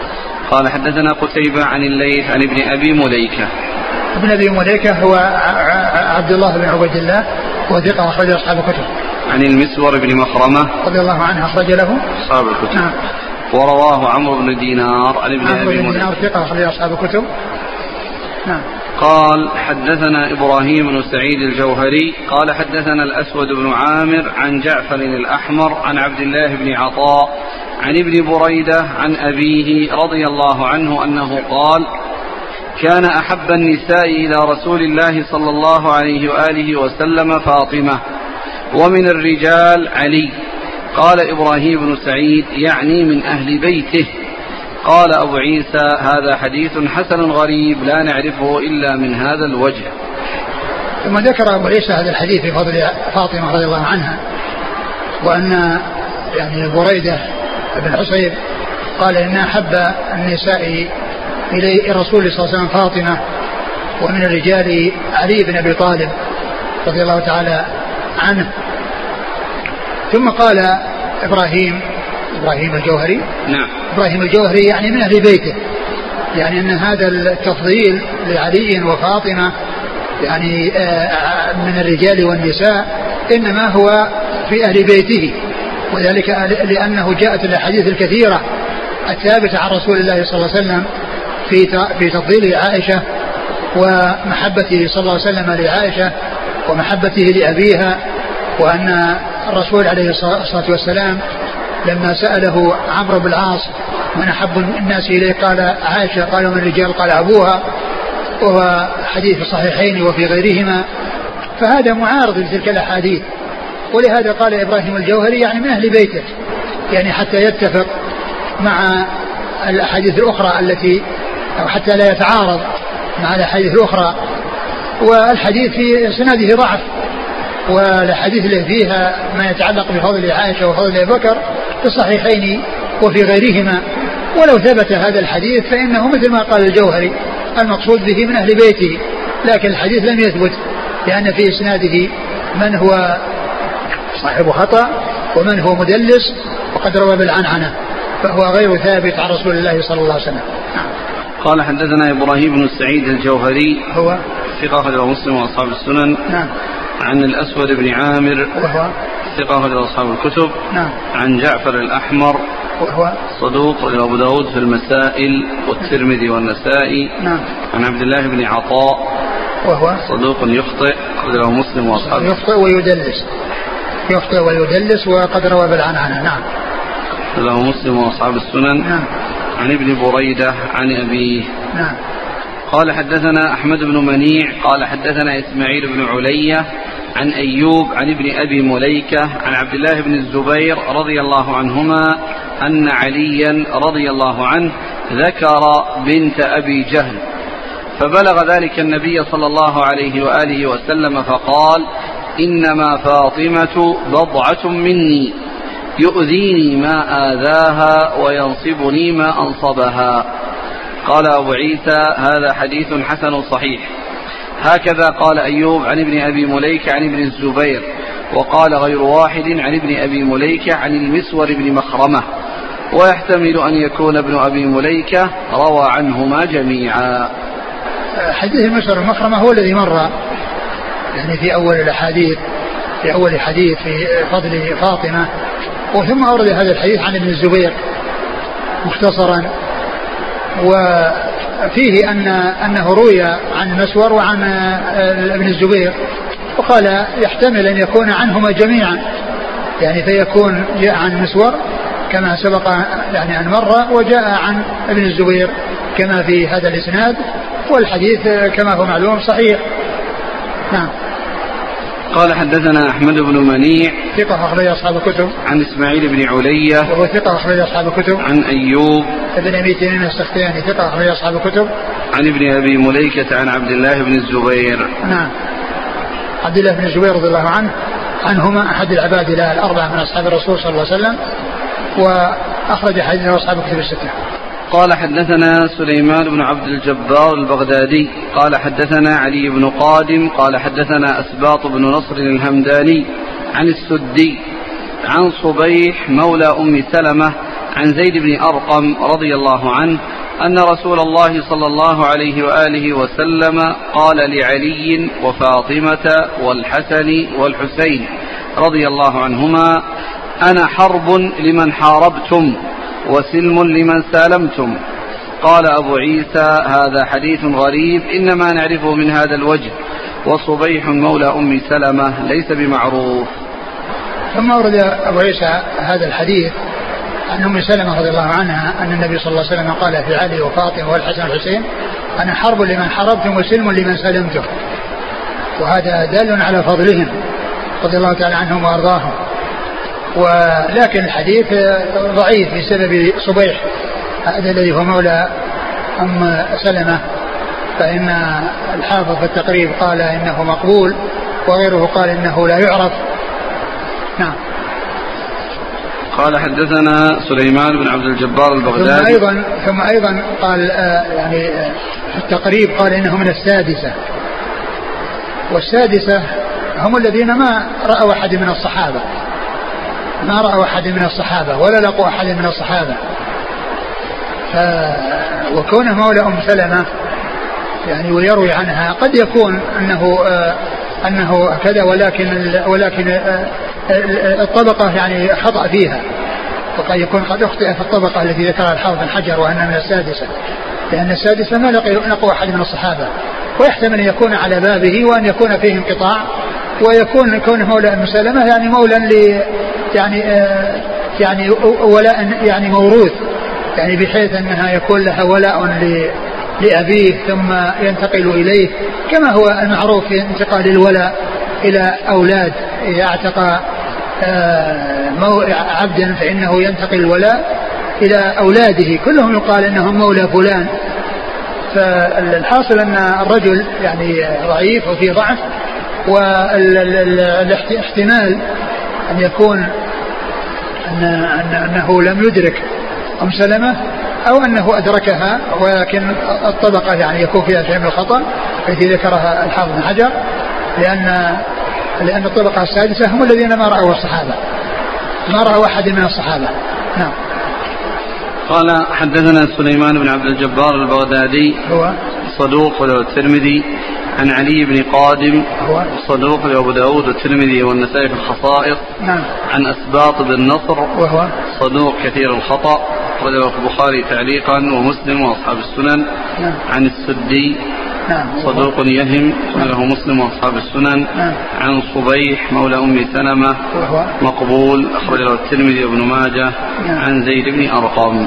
قال حدثنا قتيبة عن الليث عن ابن أبي مليكة. ابن أبي مليكة هو عبد الله بن عبيد الله وثقة أخرج أصحاب الكتب. عن المسور بن مخرمة رضي الله عنه أخرج له أصحاب الكتب. نعم. ورواه عمرو بن دينار عن ابن أبي مليكة ثقة أخرج أصحاب الكتب. نعم. قال حدثنا إبراهيم بن سعيد الجوهري قال حدثنا الأسود بن عامر عن جعفر الأحمر عن عبد الله بن عطاء عن ابن بريدة عن أبيه رضي الله عنه أنه قال كان أحب النساء إلى رسول الله صلى الله عليه وآله وسلم فاطمة ومن الرجال علي. قال إبراهيم بن سعيد يعني من أهل بيته. قال أبو عيسى هذا حديث حسن غريب لا نعرفه إلا من هذا الوجه. ثم ذكر أبو عيسى هذا الحديث في فضل فاطمة رضي الله عنها وأن يعني بريدة بن حصيب قال إن أحب النساء إلى الرسول صلى الله عليه وسلم فاطمة ومن الرجال علي بن أبي طالب رضي الله تعالى عنه. ثم قال إبراهيم الجوهري. نعم. إبراهيم الجوهري يعني من أهل بيته يعني أن هذا التفضيل لعلي وفاطمة يعني من الرجال والنساء إنما هو في أهل بيته وذلك لأنه جاءت الأحاديث الكثيرة الثابتة عن رسول الله صلى الله عليه وسلم في تفضيل عائشة ومحبته صلى الله عليه وسلم لعائشة ومحبته لأبيها وأن الرسول عليه الصلاة والسلام لما سأله عمرو بن العاص من أحب الناس إليه قال عائشة قال من الرجال قال أبوها وهو حديث في الصحيحين وفي غيرهما فهذا معارض لتلك الأحاديث ولهذا قال إبراهيم الجوهري يعني من أهل بيته يعني حتى يتفق مع الأحاديث الأخرى التي أو حتى لا يتعارض مع الأحاديث الأخرى. والحديث في سنده ضعف والحديث اللي فيها ما يتعلق بفضل عائشة وفضل أبي بكر في الصحيحين وفي غيرهما ولو ثبت هذا الحديث فإنه مثل ما قال الجوهري المقصود به من أهل بيته لكن الحديث لم يثبت لأن في إسناده من هو صاحب خطأ ومن هو مدلس وقد روى بالعنعنة فهو غير ثابت عن رسول الله صلى الله عليه وسلم. قال حدثنا إبراهيم بن سعيد الجوهري هو ثقة أخرجه مسلم وأصحاب السنن. نعم. عن الأسود بن عامر وهو ثقة أخرجه أصحاب الكتب. نعم. عن جعفر الأحمر وهو صدوق أبو داود في المسائل والترمذي والنسائي. نعم. عن عبد الله بن عطاء وهو صدوق يخطئ أخرجه مسلم وأصحاب يخطئ ويدلس وقد روى بالعنعنة. نعم. له مسلم وأصحاب السنن. نعم. عن ابن بريدة عن أبيه. نعم. قال حدثنا أحمد بن منيع قال حدثنا إسماعيل بن علية عن أيوب عن ابن أبي مليكة عن عبد الله بن الزبير رضي الله عنهما أن عليا رضي الله عنه ذكر بنت أبي جهل فبلغ ذلك النبي صلى الله عليه وآله وسلم فقال إنما فاطمة بضعة مني يؤذيني ما آذاها وينصبني ما أنصبها. قال أبو عيسى هذا حديث حسن صحيح. هكذا قال أيوب عن ابن أبي مليكة عن ابن الزبير وقال غير واحد عن ابن أبي مليكة عن المسور بن مخرمة ويحتمل أن يكون ابن أبي مليكة روى عنهما جميعا. حديث المسور بن مخرمة هو الذي مر يعني في أول الحديث في حديث في فضل فاطمة وثم أورد هذا الحديث عن ابن الزبير مختصرا وفيه أنه روي عن المسور وعن ابن الزبير وقال يحتمل أن يكون عنهما جميعا يعني فيكون جاء عن المسور كما سبق يعني أن مر وجاء عن ابن الزبير كما في هذا الإسناد والحديث كما هو معلوم صحيح. نعم. قال حدثنا أحمد بن منيع ثقة أخرج أصحاب الكتب. عن إسماعيل بن علية وهو ثقة أخرج أصحاب الكتب. عن أيوب ابن أبي تميم السختياني ثقة أخرج أصحاب الكتب. عن ابن أبي مليكة عن عبد الله بن الزبير. نعم. عبد الله بن الزبير رضي الله عنهما أحد العباد الأربعة من أصحاب الرسول صلى الله عليه وسلم وأخرج حديثه أصحاب الكتب الستة. قال حدثنا سليمان بن عبد الجبار البغدادي قال حدثنا علي بن قادم قال حدثنا أسباط بن نصر الهمداني عن السدي عن صبيح مولى أم سلمة عن زيد بن أرقم رضي الله عنه أن رسول الله صلى الله عليه وآله وسلم قال لعلي وفاطمة والحسن والحسين رضي الله عنهما: أنا حرب لمن حاربتم وسلم لمن سالمتم. قال أبو عيسى: هذا حديث غريب إنما نعرفه من هذا الوجه، وصبيح مولى أم سلمة ليس بمعروف. ثم ورد أبو عيسى هذا الحديث عن أم سلمة رضي الله عنها أن النبي صلى الله عليه وسلم قال في علي وفاطمة والحسن والحسين: أنا حرب لمن حاربتم وسلم لمن سلمتم. وهذا دال على فضلهم رضي الله تعالى عنهم وأرضاهم. ولكن الحديث ضعيف بسبب صبيح هذا الذي هو مولى أم سلمة، فإن الحافظ في التقريب قال إنه مقبول، وغيره قال إنه لا يعرف. نعم. قال حدثنا سليمان بن عبد الجبار البغدادي. ثم أيضا قال يعني في التقريب قال إنه من السادسة، والسادسة هم الذين ما رأوا أحد من الصحابة، ما رأوا أحد من الصحابة ولا لقوا أحد من الصحابة. وكونه مولى أم سلمة يعني ويروي عنها قد يكون أنه كذا، ولكن الطبقة يعني خطأ فيها، وقد يكون قد أخطئ في الطبقة التي ذكرها الحافظ بن حجر وأنها من السادسة، لأن السادسة ما لقوا أحد من الصحابة، ويحتمل أن يكون على بابه وأن يكون فيه انقطاع، ويكون كونه مولى أم سلمة يعني مولى يعني ولاء يعني موروث، يعني بحيث أنها يكون لها ولاء لأبيه ثم ينتقل إليه، كما هو المعروف في انتقال الولاء إلى أولاد. إذا اعتق عبدا فإنه ينتقل الولاء إلى أولاده كلهم، يقال إنهم مولى فلان. فالحاصل أن الرجل يعني ضعيف وفي ضعف، والاحتمال أن يكون أنه لم يدرك أم سلمة أو أنه أدركها، ولكن الطبقة يعني يكون فيها شيء من الخطأ التي ذكرها الحافظ بن حجر، لأن الطبقة السادسة هم الذين ما رأوا الصحابة، ما رأوا أحد من الصحابة. نعم. قال حدثنا سليمان بن عبد الجبار البغدادي هو صدوق له الترمذي، عن علي بن قادم هو صدوق له أبو داود والترمذي والنسائي في الخصائص. نعم. عن أسباط بن نصر وهو صدوق كثير الخطأ، أخرجه البخاري تعليقا ومسلم وأصحاب السنن. نعم. عن السدي صدوق يهم، له مسلم وأصحاب السنن. عن صبيح مولى أم سلمة مقبول، أخرجه الترمذي وابن ماجه. عن زيد بن أرقم.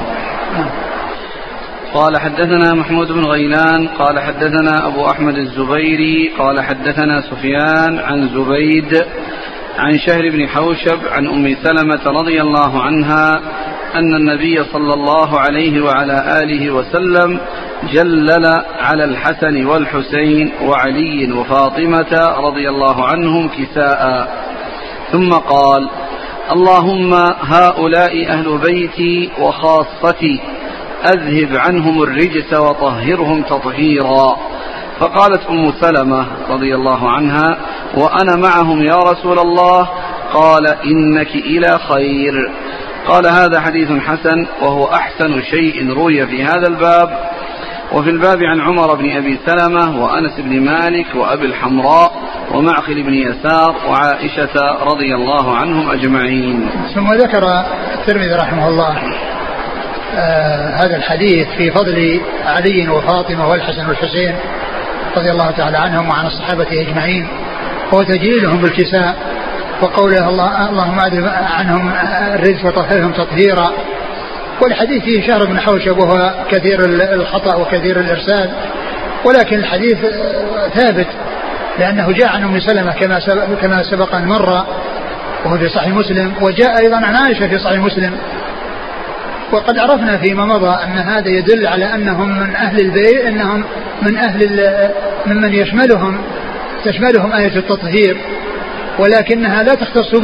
قال حدثنا محمود بن غيلان قال حدثنا أبو أحمد الزبيري قال حدثنا سفيان عن زبيد عن شهر بن حوشب عن أم سلمة رضي الله عنها أن النبي صلى الله عليه وعلى آله وسلم جلل على الحسن والحسين وعلي وفاطمة رضي الله عنهم كساء، ثم قال: اللهم هؤلاء أهل بيتي وخاصتي، أذهب عنهم الرجس وطهرهم تطهيرا. فقالت أم سلمة رضي الله عنها: وأنا معهم يا رسول الله. قال: إنك إلى خير. قال: هذا حديث حسن، وهو أحسن شيء روي في هذا الباب. وفي الباب عن عمر بن أبي سلمة وأنس بن مالك وأبي الحمراء ومعقل بن يسار وعائشة رضي الله عنهم أجمعين. ثم ذكر الترمذي رحمه الله هذا الحديث في فضل علي وفاطمة والحسن والحسين رضي الله تعالى عنهم وعن الصحابة أجمعين، وتجليلهم بالكساء، وقوله اللهم أذهب عنهم الرجس وطهرهم تطهيرا. والحديث فيه شهر بن حوشب وهو كثير الخطأ وكثير الإرسال، ولكن الحديث ثابت لأنه جاء عن أم سلمة كما سبق أن مر، وهو في صحيح مسلم، وجاء أيضا عن عائشة في صحيح مسلم. وقد عرفنا فيما مضى أن هذا يدل على أنهم من أهل البيت، أنهم من ممن تشملهم آية التطهير، ولكنها لا تختص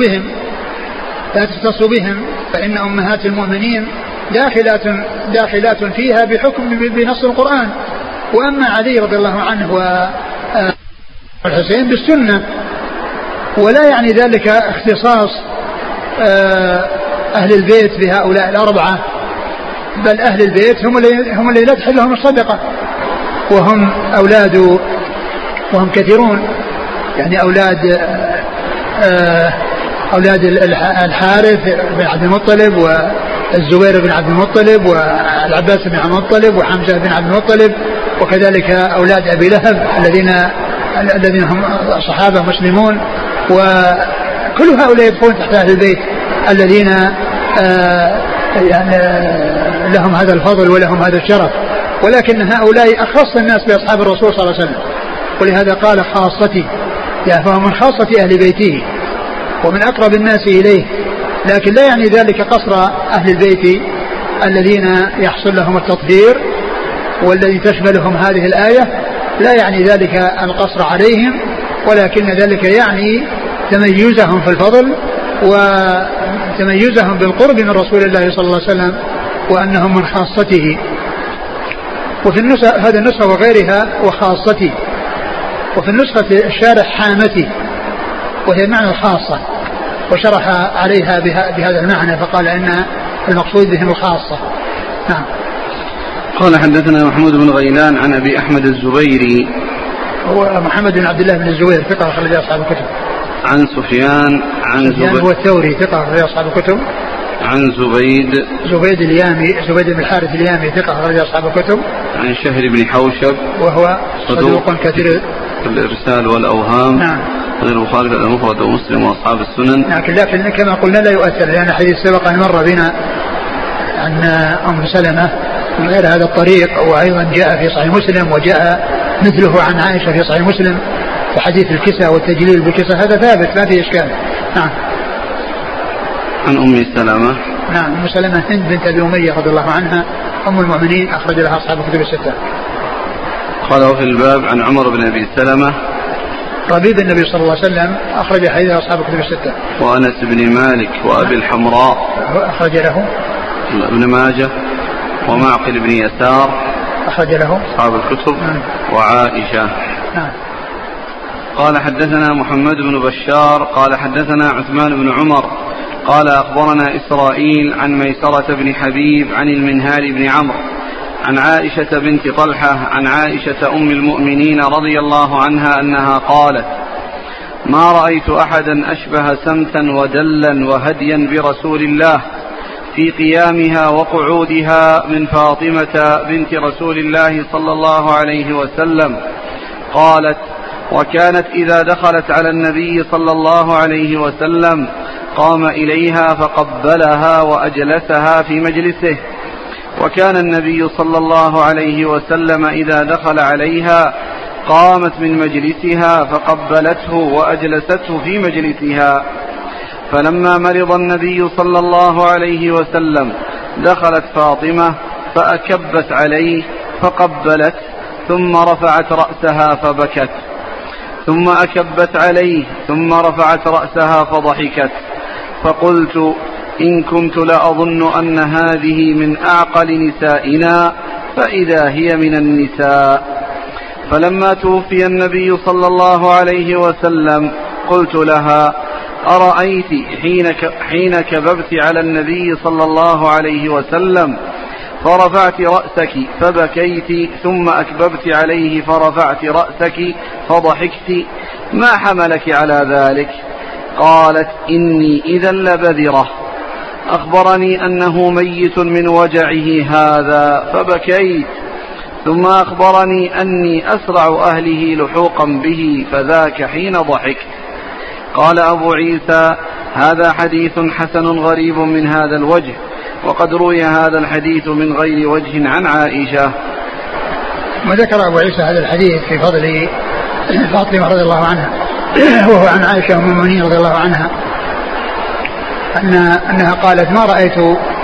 بهم، فإن أمهات المؤمنين داخلات فيها بحكم بنص القرآن. وأما علي رضي الله عنه والحسين بالسنة، ولا يعني ذلك اختصاص أهل البيت بهؤلاء الأربعة، بل أهل البيت هم الذين لا تحل لهم الصدقة، وهم كثيرون، يعني أولاد الحارث بن عبد المطلب والزبير بن عبد المطلب والعباس بن عبد المطلب وحمزة بن عبد المطلب، وكذلك أولاد أبي لهب الذين هم صحابة مسلمون، وكل هؤلاء يدخلون تحت أهل البيت الذين يعني لهم هذا الفضل ولهم هذا الشرف، ولكن هؤلاء أخص الناس بأصحاب الرسول صلى الله عليه وسلم، ولهذا قال خاصتي، يعني فهم من خاصة أهل بيته ومن أقرب الناس إليه، لكن لا يعني ذلك قصر أهل البيت الذين يحصل لهم التطهير والذي تشملهم هذه الآية، لا يعني ذلك القصر عليهم، ولكن ذلك يعني تميزهم في الفضل وتميزهم بالقرب من رسول الله صلى الله عليه وسلم وأنهم من خاصته. وفي هذا النسخة وغيرها وخاصتي، وفي النسخة الشارح حامتي وهي معنى الخاصة، وشرح عليها بهذا المعنى فقال إن المقصود بهم الخاصة. نعم. قال حدثنا محمود بن غيلان عن أبي أحمد الزبيري، هو محمد بن عبد الله بن الزبير ثقة أخرج أصحاب الكتب. عن سفيان هو الثوري ثقة أخرج أصحاب الكتب. عن زبيد بن الحارث اليامي ثقة أخرج أصحاب الكتب. عن شهر بن حوشب وهو صدوق كثير الإرسال والأوهام. نعم. غير البخاري المفرد ومسلم وأصحاب السنن. لكن كما قلنا لا يؤثر، لأن حديث سبق أن مر بنا عن أم سلمة من غير هذا الطريق، وأيضا جاء في صحيح مسلم، وجاء مثله عن عائشة في صحيح مسلم في حديث الكساء والتجليل بالكساء، هذا ثابت ما فيه إشكال. نعم. عن أم سلمة. نعم. أم سلمة هند بنت أبي أمية رضي الله عنها أم المؤمنين أخرج لها أصحاب الكتب الستة. قال في الباب عن عمر بن أبي سلمة ربيب النبي صلى الله عليه وسلم أخرج حديث أصحاب الكتب الستة. وأنس بن مالك وأبي الحمراء أخرج له ابن ماجه ومعقل بن يسار أخرج له أصحاب الكتب. وعائشة. نعم. قال حدثنا محمد بن بشار قال حدثنا عثمان بن عمر قال أخبرنا إسرائيل عن ميسرة بن حبيب عن المنهال بن عمرو عن عائشة بنت طلحة عن عائشة أم المؤمنين رضي الله عنها أنها قالت: ما رأيت أحدا أشبه سمتا ودلا وهديا برسول الله في قيامها وقعودها من فاطمة بنت رسول الله صلى الله عليه وسلم. قالت: وكانت إذا دخلت على النبي صلى الله عليه وسلم قام إليها فقبلها وأجلسها في مجلسه، وكان النبي صلى الله عليه وسلم إذا دخل عليها قامت من مجلسها فقبلته وأجلسته في مجلسها. فلما مرض النبي صلى الله عليه وسلم دخلت فاطمة فأكبت عليه فقبلت، ثم رفعت رأسها فبكت، ثم أكبت عليه ثم رفعت رأسها فضحكت. فقلت: إن كنت لأظن أن هذه من أعقل نسائنا فإذا هي من النساء. فلما توفي النبي صلى الله عليه وسلم قلت لها: أرأيت حين كببت على النبي صلى الله عليه وسلم فرفعت رأسك فبكيت، ثم أكببت عليه فرفعت رأسك فضحكت، ما حملك على ذلك؟ قالت: إني إذا لبذرة، أخبرني أنه ميت من وجعه هذا فبكيت، ثم أخبرني أني أسرع أهله لحوقا به فذاك حين ضحكت. قال أبو عيسى: هذا حديث حسن غريب من هذا الوجه، وقد روي هذا الحديث من غير وجه عن عائشة. وذكر أبو عيسى هذا الحديث في فضل فاطمة رضي الله عنها، وهو عن عائشة أم المؤمنين رضي الله عنها أنها قالت: ما رأيت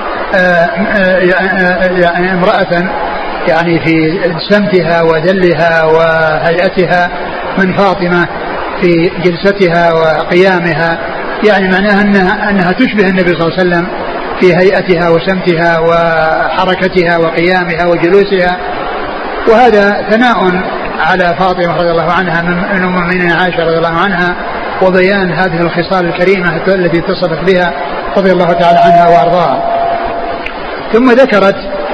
امرأة يعني في سمتها ودلها وهيئتها من فاطمة في جلستها وقيامها، يعني معناها أنها تشبه النبي صلى الله عليه وسلم في هيئتها وسمتها وحركتها وقيامها وجلوسها. وهذا ثناء على فاطمة رضي الله عنها من أم المؤمنين عائشة رضي الله عنها، وبيان هذه الخصال الكريمة التي اتصفت بها رضي الله تعالى عنها وأرضاها. ثم ذكرت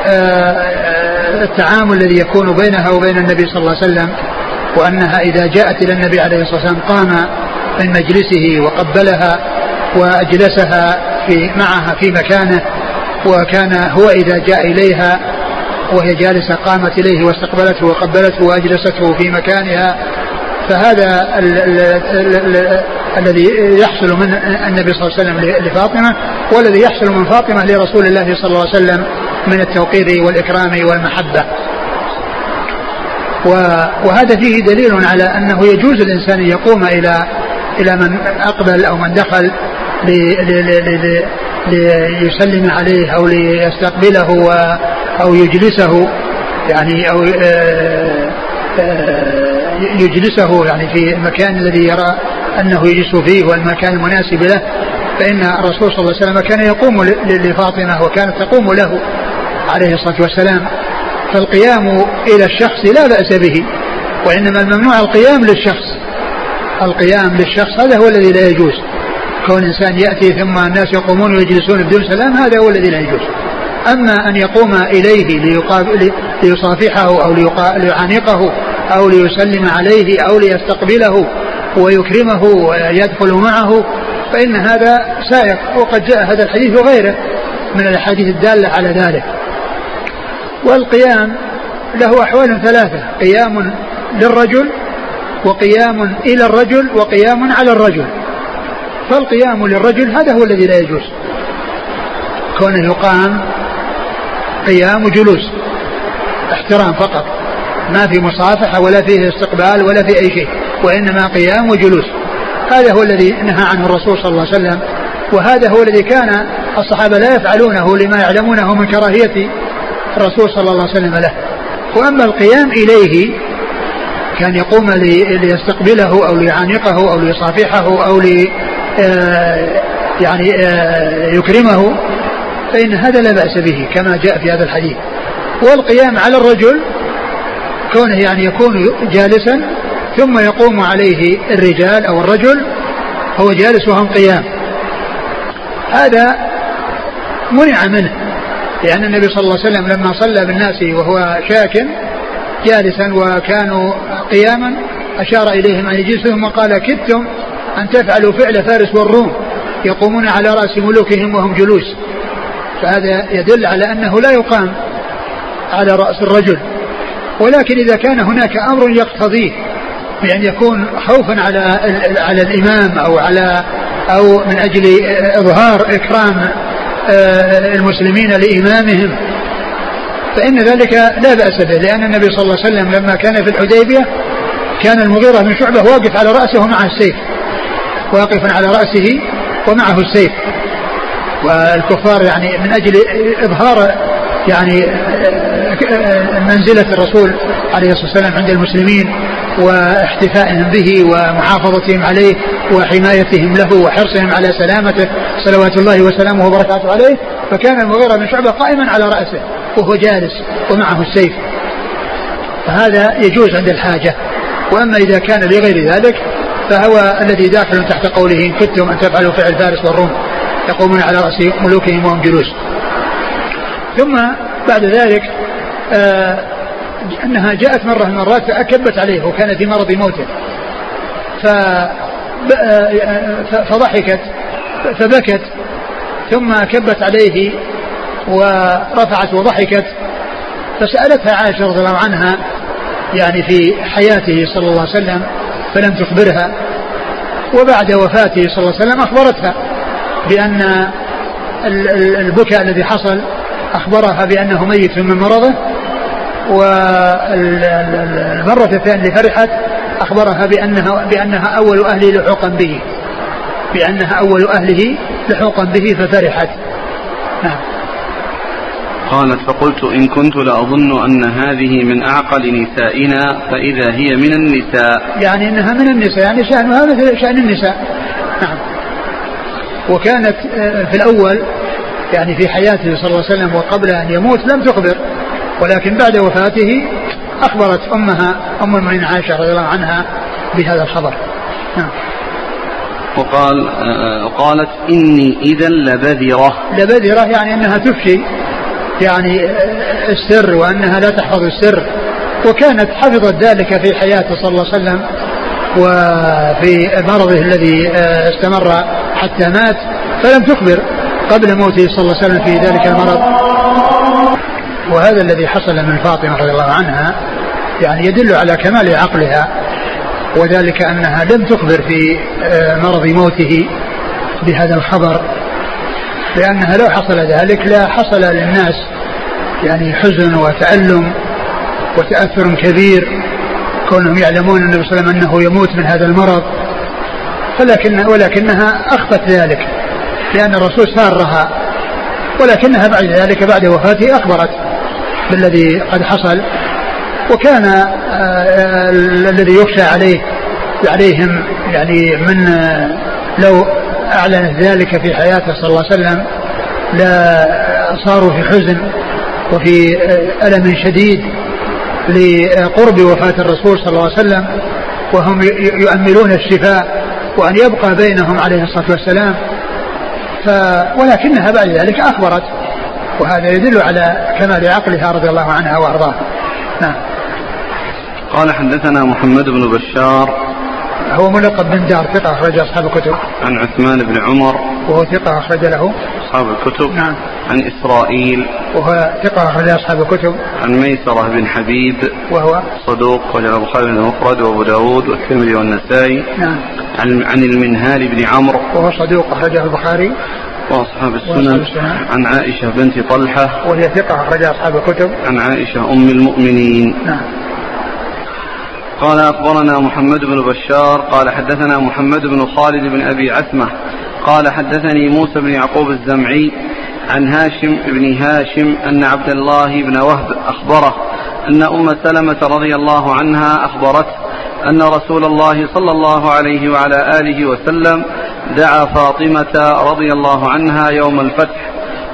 التعامل الذي يكون بينها وبين النبي صلى الله عليه وسلم، وأنها إذا جاءت إلى النبي عليه الصلاة والسلام قام من مجلسه وقبلها وأجلسها معها في مكانه، وكان هو إذا جاء إليها وهي جالسة قامت إليه واستقبلته وقبلته وأجلسته في مكانها. فهذا الذي يحصل من النبي صلى الله عليه وسلم لفاطمة، والذي يحصل من فاطمة لرسول الله صلى الله عليه وسلم من التوقير والإكرام والمحبة. وهذا فيه دليل على أنه يجوز الإنسان أن يقوم إلى من أقبل أو من دخل ليسلم عليه أو ليستقبله أو يجلسه، يعني أو يجلسه يعني في المكان الذي يرى أنه يجلس فيه والمكان المناسب له. فإن الرسول صلى الله عليه وسلم كان يقوم لفاطمة وكانت تقوم له عليه الصلاة والسلام. فالقيام إلى الشخص لا بأس به، وإنما الممنوع القيام للشخص. القيام للشخص هذا هو الذي لا يجوز. كون إنسان يأتي ثم الناس يقومون ويجلسون بدون سلام هذا هو الذي لا يجوز. أما أن يقوم إليه ليصافحه أو ليعانقه أو ليسلم عليه أو ليستقبله ويكرمه ويدخل معه فإن هذا سائق، وقد جاء هذا الحديث وغيره من الأحاديث الدالة على ذلك. والقيام له أحوال ثلاثة: قيام للرجل، وقيام إلى الرجل، وقيام على الرجل. فالقيام للرجل هذا هو الذي لا يجوز، كونه يقام قيام جلوس احترام فقط، ما في مصافحة ولا فيه استقبال ولا في أي شيء، وإنما قيام وجلوس. هذا هو الذي نهى عنه الرسول صلى الله عليه وسلم، وهذا هو الذي كان الصحابة لا يفعلونه لما يعلمونه من كراهية الرسول صلى الله عليه وسلم له. وأما القيام إليه كان يقوم ليستقبله أو ليعانقه أو ليصافحه أو يكرمه فإن هذا لا بأس به كما جاء في هذا الحديث. والقيام على الرجل كونه يعني يكون جالسا ثم يقوم عليه الرجال أو الرجل هو جالس وهم قيام، هذا منع منه، لأن النبي صلى الله عليه وسلم لما صلى بالناس وهو شاك جالسا وكانوا قياما أشار إليهم أن يجلسوا وقال: كدتم أن تفعلوا فعل فارس والروم يقومون على رأس ملوكهم وهم جلوس. فهذا يدل على أنه لا يقام على رأس الرجل، ولكن إذا كان هناك أمر يقتضيه بأن يكون خوفا على الإمام أو من أجل إظهار إكرام المسلمين لإمامهم فإن ذلك لا بأس به، لأن النبي صلى الله عليه وسلم لما كان في الحديبية كان المغيرة بن شعبة واقف على رأسه ومعه السيف، واقف على رأسه ومعه السيف، والكفار يعني من أجل إظهار يعني منزلة الرسول عليه الصلاة والسلام عند المسلمين واحتفائهم به ومحافظتهم عليه وحمايتهم له وحرصهم على سلامته صلوات الله وسلامه وبركاته عليه، فكان المغيرة بن شعبة قائما على رأسه وهو جالس ومعه السيف، فهذا يجوز عند الحاجة. وأما إذا كان لغير ذلك فهو الذي داخل تحت قوله: إن كنتم أن تفعلوا فعل فارس والروم يقومون على رأس ملوكهم وهم جلوس. ثم بعد ذلك أنها جاءت مرة من المرات فأكبت عليه وكان في مرض موته فضحكت فبكت ثم أكبت عليه ورفعت وضحكت، فسألتها عائشة رضي الله عنها يعني في حياته صلى الله عليه وسلم فلم تخبرها، وبعد وفاته صلى الله عليه وسلم أخبرتها بأن البكاء الذي حصل أخبرها بأنه ميت من مرضه، والمرة الثانية اللي فرحت أخبرها بأنها أول أهله لحوقا به، بأنها أول أهله لحوقا به ففرحت. نعم. قالت: فقلت إن كنت لأظن أن هذه من أعقل نسائنا فإذا هي من النساء، يعني إنها من النساء، يعني شأنها مثل شأن النساء. نعم. وكانت في الأول يعني في حياته صلى الله عليه وسلم وقبل أن يموت لم تخبر، ولكن بعد وفاته أخبرت أمها أم المؤمنين عائشة رضي الله عنها بهذا الخبر. نعم. وقالت: إني إذا لبذرة. لبذرة يعني أنها تفشي، يعني السر وأنها لا تحفظ السر، وكانت حفظت ذلك في حياته صلى الله عليه وسلم وفي مرضه الذي استمر حتى مات، فلم تخبر قبل موته صلى الله عليه وسلم في ذلك المرض. وهذا الذي حصل من فاطمة رضي الله عنها يعني يدل على كمال عقلها، وذلك أنها لم تخبر في مرض موته بهذا الخبر، لأنها لو حصل ذلك لا حصل للناس يعني حزن وتألم وتأثر كبير كونهم يعلمون النبي صلى الله عليه وسلم أنه يموت من هذا المرض، ولكنها أخفت ذلك لأن الرسول سارها، ولكنها بعد ذلك بعد وفاته أخبرت بالذي قد حصل. وكان الذي يخشى عليهم يعني من لو أعلنت ذلك في حياته صلى الله عليه وسلم لا صاروا في حزن وفي ألم شديد لقرب وفاة الرسول صلى الله عليه وسلم، وهم يؤملون الشفاء وأن يبقى بينهم عليه الصلاة والسلام، ولكنها بعد ذلك أخبرت، وهذا يدل على كمال عقلها رضي الله عنها وأرضاها. نعم. قال حدثنا محمد بن بشار هو ملقب بن دار، ثقة أخرج أصحاب الكتب. عن عثمان بن عمر وهو ثقة أخرج له أصحاب الكتب. نعم. عن إسرائيل وهو ثقة أخرج أصحاب الكتب. عن ميسرة بن حبيب وهو صدوق وجاء البخاري المفرد وأبو داود والترمذي والنسائي. نعم. عن المنهال بن عمرو وهو صدوق أخرجه البخاري وأصحاب السنن. عن عائشة بنت طلحة وهي ثقة أخرج أصحاب الكتب. عن عائشة أم المؤمنين. نعم. قال أخبرنا محمد بن بشار قال حدثنا محمد بن خالد بن أبي عثمة قال حدثني موسى بن يعقوب الزمعي عن هاشم بن هاشم أن عبد الله بن وهب أخبره أن أم سلمة رضي الله عنها أخبرته أن رسول الله صلى الله عليه وعلى آله وسلم دعا فاطمة رضي الله عنها يوم الفتح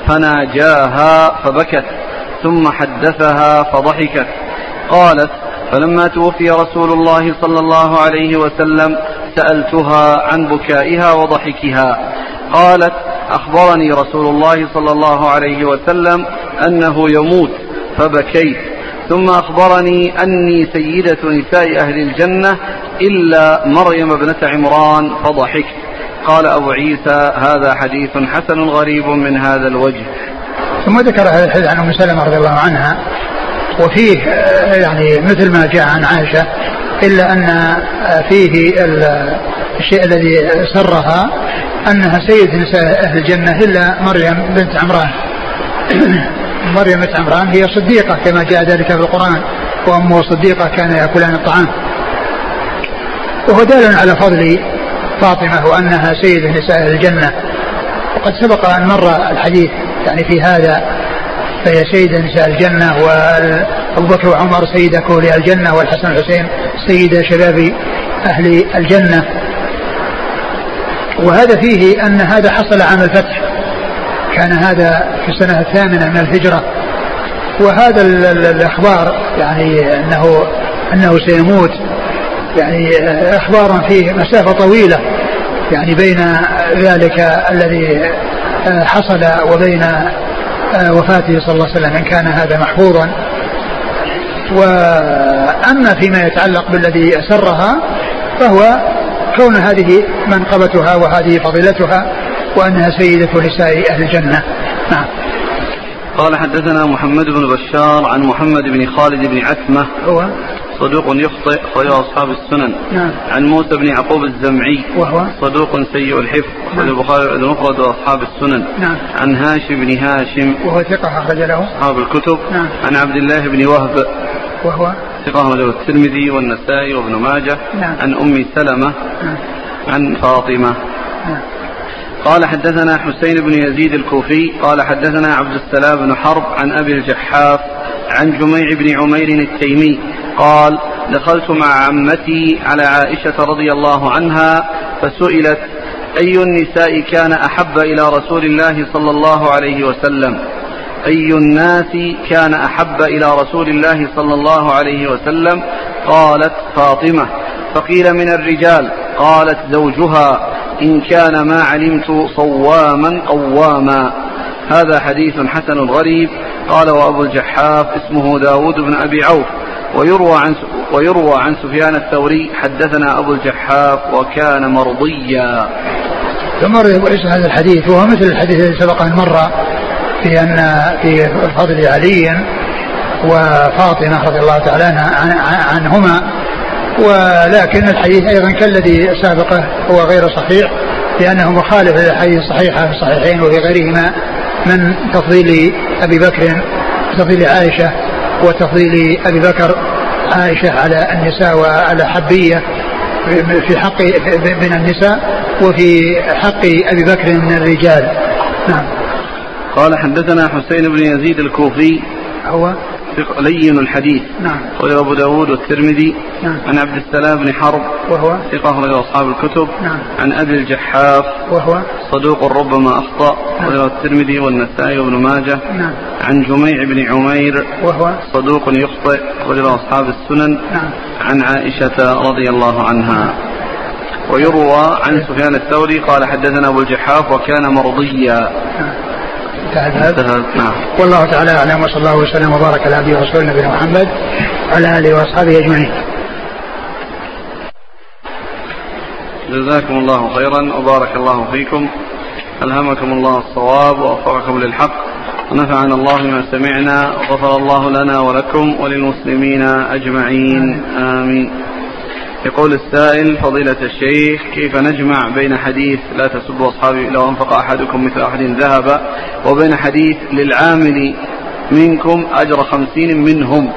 فناجاها فبكت ثم حدثها فضحكت. قالت فلما توفي رسول الله صلى الله عليه وسلم سألتها عن بكائها وضحكها، قالت أخبرني رسول الله صلى الله عليه وسلم أنه يموت فبكيت، ثم أخبرني أني سيدة نساء أهل الجنة إلا مريم ابنة عمران فضحكت. قال أبو عيسى هذا حديث حسن غريب من هذا الوجه. ثم ذكر هذا الحديث عن أم سلمة رضي الله عنها، وفيه يعني مثل ما جاء عن عائشة، إلا أن فيه الشيء الذي سرها أنها سيد نساء أهل الجنة إلا مريم بنت عمران. مريم بنت عمران هي صديقة كما جاء ذلك في القرآن، وأمه صديقة كان يأكلان الطعام، وهو دال على فضل فاطمة وأنها سيد نساء أهل الجنة. وقد سبق أن مر الحديث يعني في هذا، فهي سيدة نساء الجنة، وأبو بكر وعمر سيدة كهول الجنة، والحسن والحسين سيدة شباب أهل الجنة. وهذا فيه أن هذا حصل عام الفتح، كان هذا في السنة 8 من الهجرة. وهذا الأخبار يعني أنه سيموت يعني أخبار فيه مسافة طويلة يعني بين ذلك الذي حصل وبين وفاته صلى الله عليه وسلم، إن كان هذا محفوظا. وأما فيما يتعلق بالذي أسرها فهو كون هذه منقبتها وهذه فضيلتها، وأنها سيدة نساء أهل الجنة. نعم. قال حدثنا محمد بن بشار عن محمد بن خالد بن عثمة هو صدوق يخطئ أخرجه أصحاب السنن. نعم. عن موسى بن يعقوب الزمعي وهو صدوق سيء الحفظ أخرجه البخاري المفرد وأصحاب السنن. نعم. عن هاشم بن هاشم وهو ثقة أخرج له أصحاب الكتب. نعم. عن عبد الله بن وهب وهو ثقة أخرجه الترمذي والنسائي وابن ماجه. نعم. عن أم سلمة. نعم. عن فاطمة. نعم. قال حدثنا حسين بن يزيد الكوفي قال حدثنا عبد السلام بن حرب عن أبي الجحاف عن جميع بن عمير التيمي قال دخلت مع عمتي على عائشة رضي الله عنها فسئلت أي النساء كان أحب إلى رسول الله صلى الله عليه وسلم، أي الناس كان أحب إلى رسول الله صلى الله عليه وسلم؟ قالت فاطمة. فقيل من الرجال؟ قالت زوجها إن كان ما علمت صواما قواما. هذا حديث حسن غريب. قال وأبو الجحاف اسمه داود بن أبي عوف. ويروى عن سفيان الثوري حدثنا أبو الجحاف وكان مرضيا. ثم وليس هذا الحديث وهو مثل الحديث الذي سبق أن مر في أن في فضل علي وفاطمة رضي الله تعالى عنهما، ولكن الحديث أيضا كالذي سابقه هو غير صحيح لأنه مخالف للحديث الصحيحة في الصحيحين وفي غيرهما من تفضيل أبي بكر، تفضيل عائشة وتفضيل أبي بكر عائشة على النساء وعلى حبية في حق من النساء وفي حق أبي بكر من الرجال. نعم. قال حدثنا حسين بن يزيد الكوفي هو لين الحديث. نعم. وغير أبو داود والترمذي. نعم. عن عبد السلام بن حرب وهو ثقة أخرج أصحاب الكتب. نعم. عن أبي الجحاف وهو صدوق ربما أخطأ. نعم. وغير الترمذي والنسائي وابن ماجه. نعم. عن جميع بن عمير وهو صدوق يخطئ وغير أصحاب السنن. نعم. عن عائشة رضي الله عنها. ويروى عن سفيان الثوري قال حدثنا أبو الجحاف وكان مرضيا. نعم. والله تعالى أعلم، وصلى الله وسلم وبارك على عبده ورسوله نبينا محمد وعلى آله وأصحابه أجمعين. جزاكم الله خيرا وبارك الله فيكم، ألهمكم الله الصواب ووفقكم للحق، ونفعنا الله ما سمعنا، وغفر الله لنا ولكم وللمسلمين أجمعين، آمين. يقول السائل: فضيلة الشيخ، كيف نجمع بين حديث لا تسبوا أصحابي لو أنفق أحدكم مثل أحد ذهب، وبين حديث للعامل منكم أجر 50 منهم؟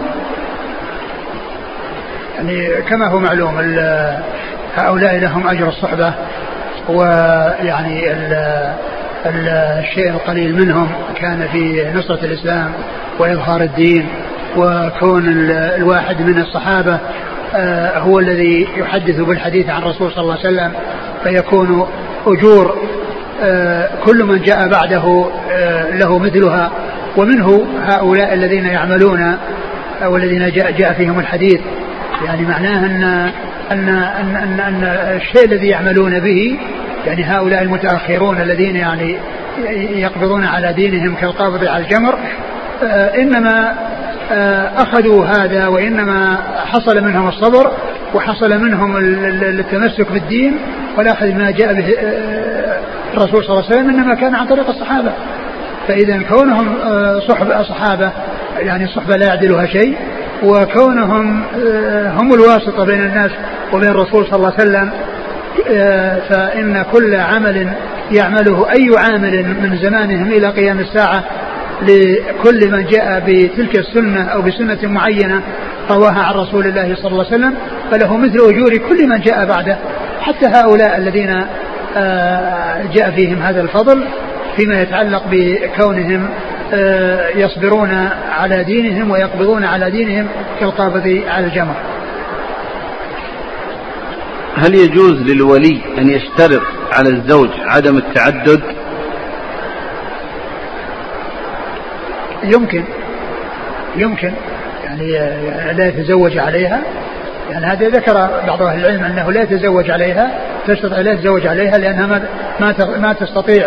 يعني كما هو معلوم هؤلاء لهم أجر الصحبة، ويعني الشيء القليل منهم كان في نصرة الإسلام وإظهار الدين، وكون الواحد من الصحابة هو الذي يحدث بالحديث عن الرسول صلى الله عليه وسلم، فيكون أجور كل من جاء بعده له مثلها. ومنه هؤلاء الذين يعملون والذين جاء فيهم الحديث، يعني معناه أن الشيء الذي يعملون به، يعني هؤلاء المتأخرون الذين يعني يقبضون على دينهم كالقابض على الجمر، إنما أخذوا هذا، وإنما حصل منهم الصبر وحصل منهم التمسك بالدين والأخذ ما جاء به الرسول صلى الله عليه وسلم، إنما كان عن طريق الصحابة. فإذا كونهم صحابة يعني الصحبة لا يعدلها شيء، وكونهم هم الواسطة بين الناس وبين الرسول صلى الله عليه وسلم، فإن كل عمل يعمله أي عامل من زمانهم إلى قيام الساعة لكل من جاء بتلك السنة أو بسنة معينة رواها عن رسول الله صلى الله عليه وسلم، فله مثل أجور كل من جاء بعده، حتى هؤلاء الذين جاء فيهم هذا الفضل فيما يتعلق بكونهم يصبرون على دينهم ويقبضون على دينهم كالقابض على الجمر. هل يجوز للولي أن يشترط على الزوج عدم التعدد؟ يمكن يعني لا يتزوج عليها، يعني هذا ذكر بعض أهل العلم أنه لا يتزوج عليها، لا يتزوج عليها لأنها ما تستطيع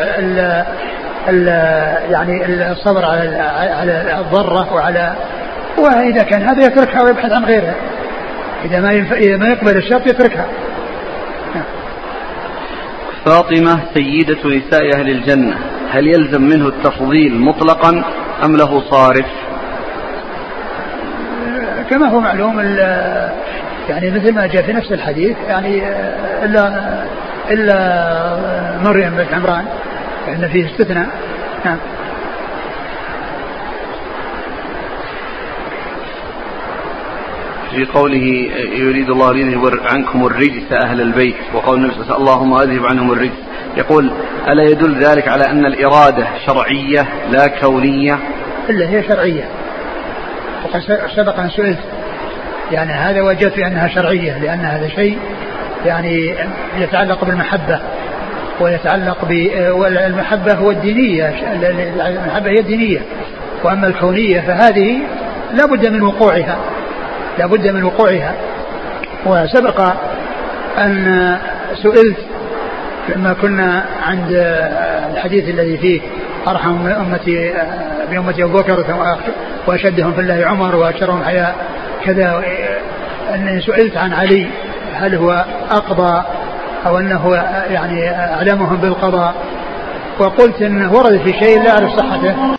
يعني الصبر على الضرة وإذا كان هذا يتركها ويبحث عن غيرها، إذا ما يقبل الشرط يتركها. فاطمة سيدة نساء أهل الجنة، هل يلزم منه التفضيل مطلقا أم له صارف؟ كما هو معلوم يعني مثل ما جاء في نفس الحديث، يعني إلا مريم بنت عمران فإن فيه استثناء. نعم. في قوله يريد الله أن يذهب عنكم الرجس أهل البيت، وقول النبي صلى الله عليه وسلم اللهم أذهب عنهم الرجس، يقول ألا يدل ذلك على أن الإرادة شرعية لا كونية؟ إلا هي شرعية، وقد سبق أن سئلت يعني هذا وجدت أنها شرعية، لأن هذا شيء يعني يتعلق بالمحبة ويتعلق والمحبة هو الدينية، المحبة هي الدينية، وأما الكونية فهذه لا بد من وقوعها. وسبق أن سئلت لما كنا عند الحديث الذي فيه أرحم أمتي بأمتي أبو بكر وأشدهم في الله عمر وأشرهم حياء كذا. أني سئلت عن علي هل هو أقضى أو أنه يعني أعلمهم بالقضاء، وقلت أنه ورد في شيء لا أعرف صحته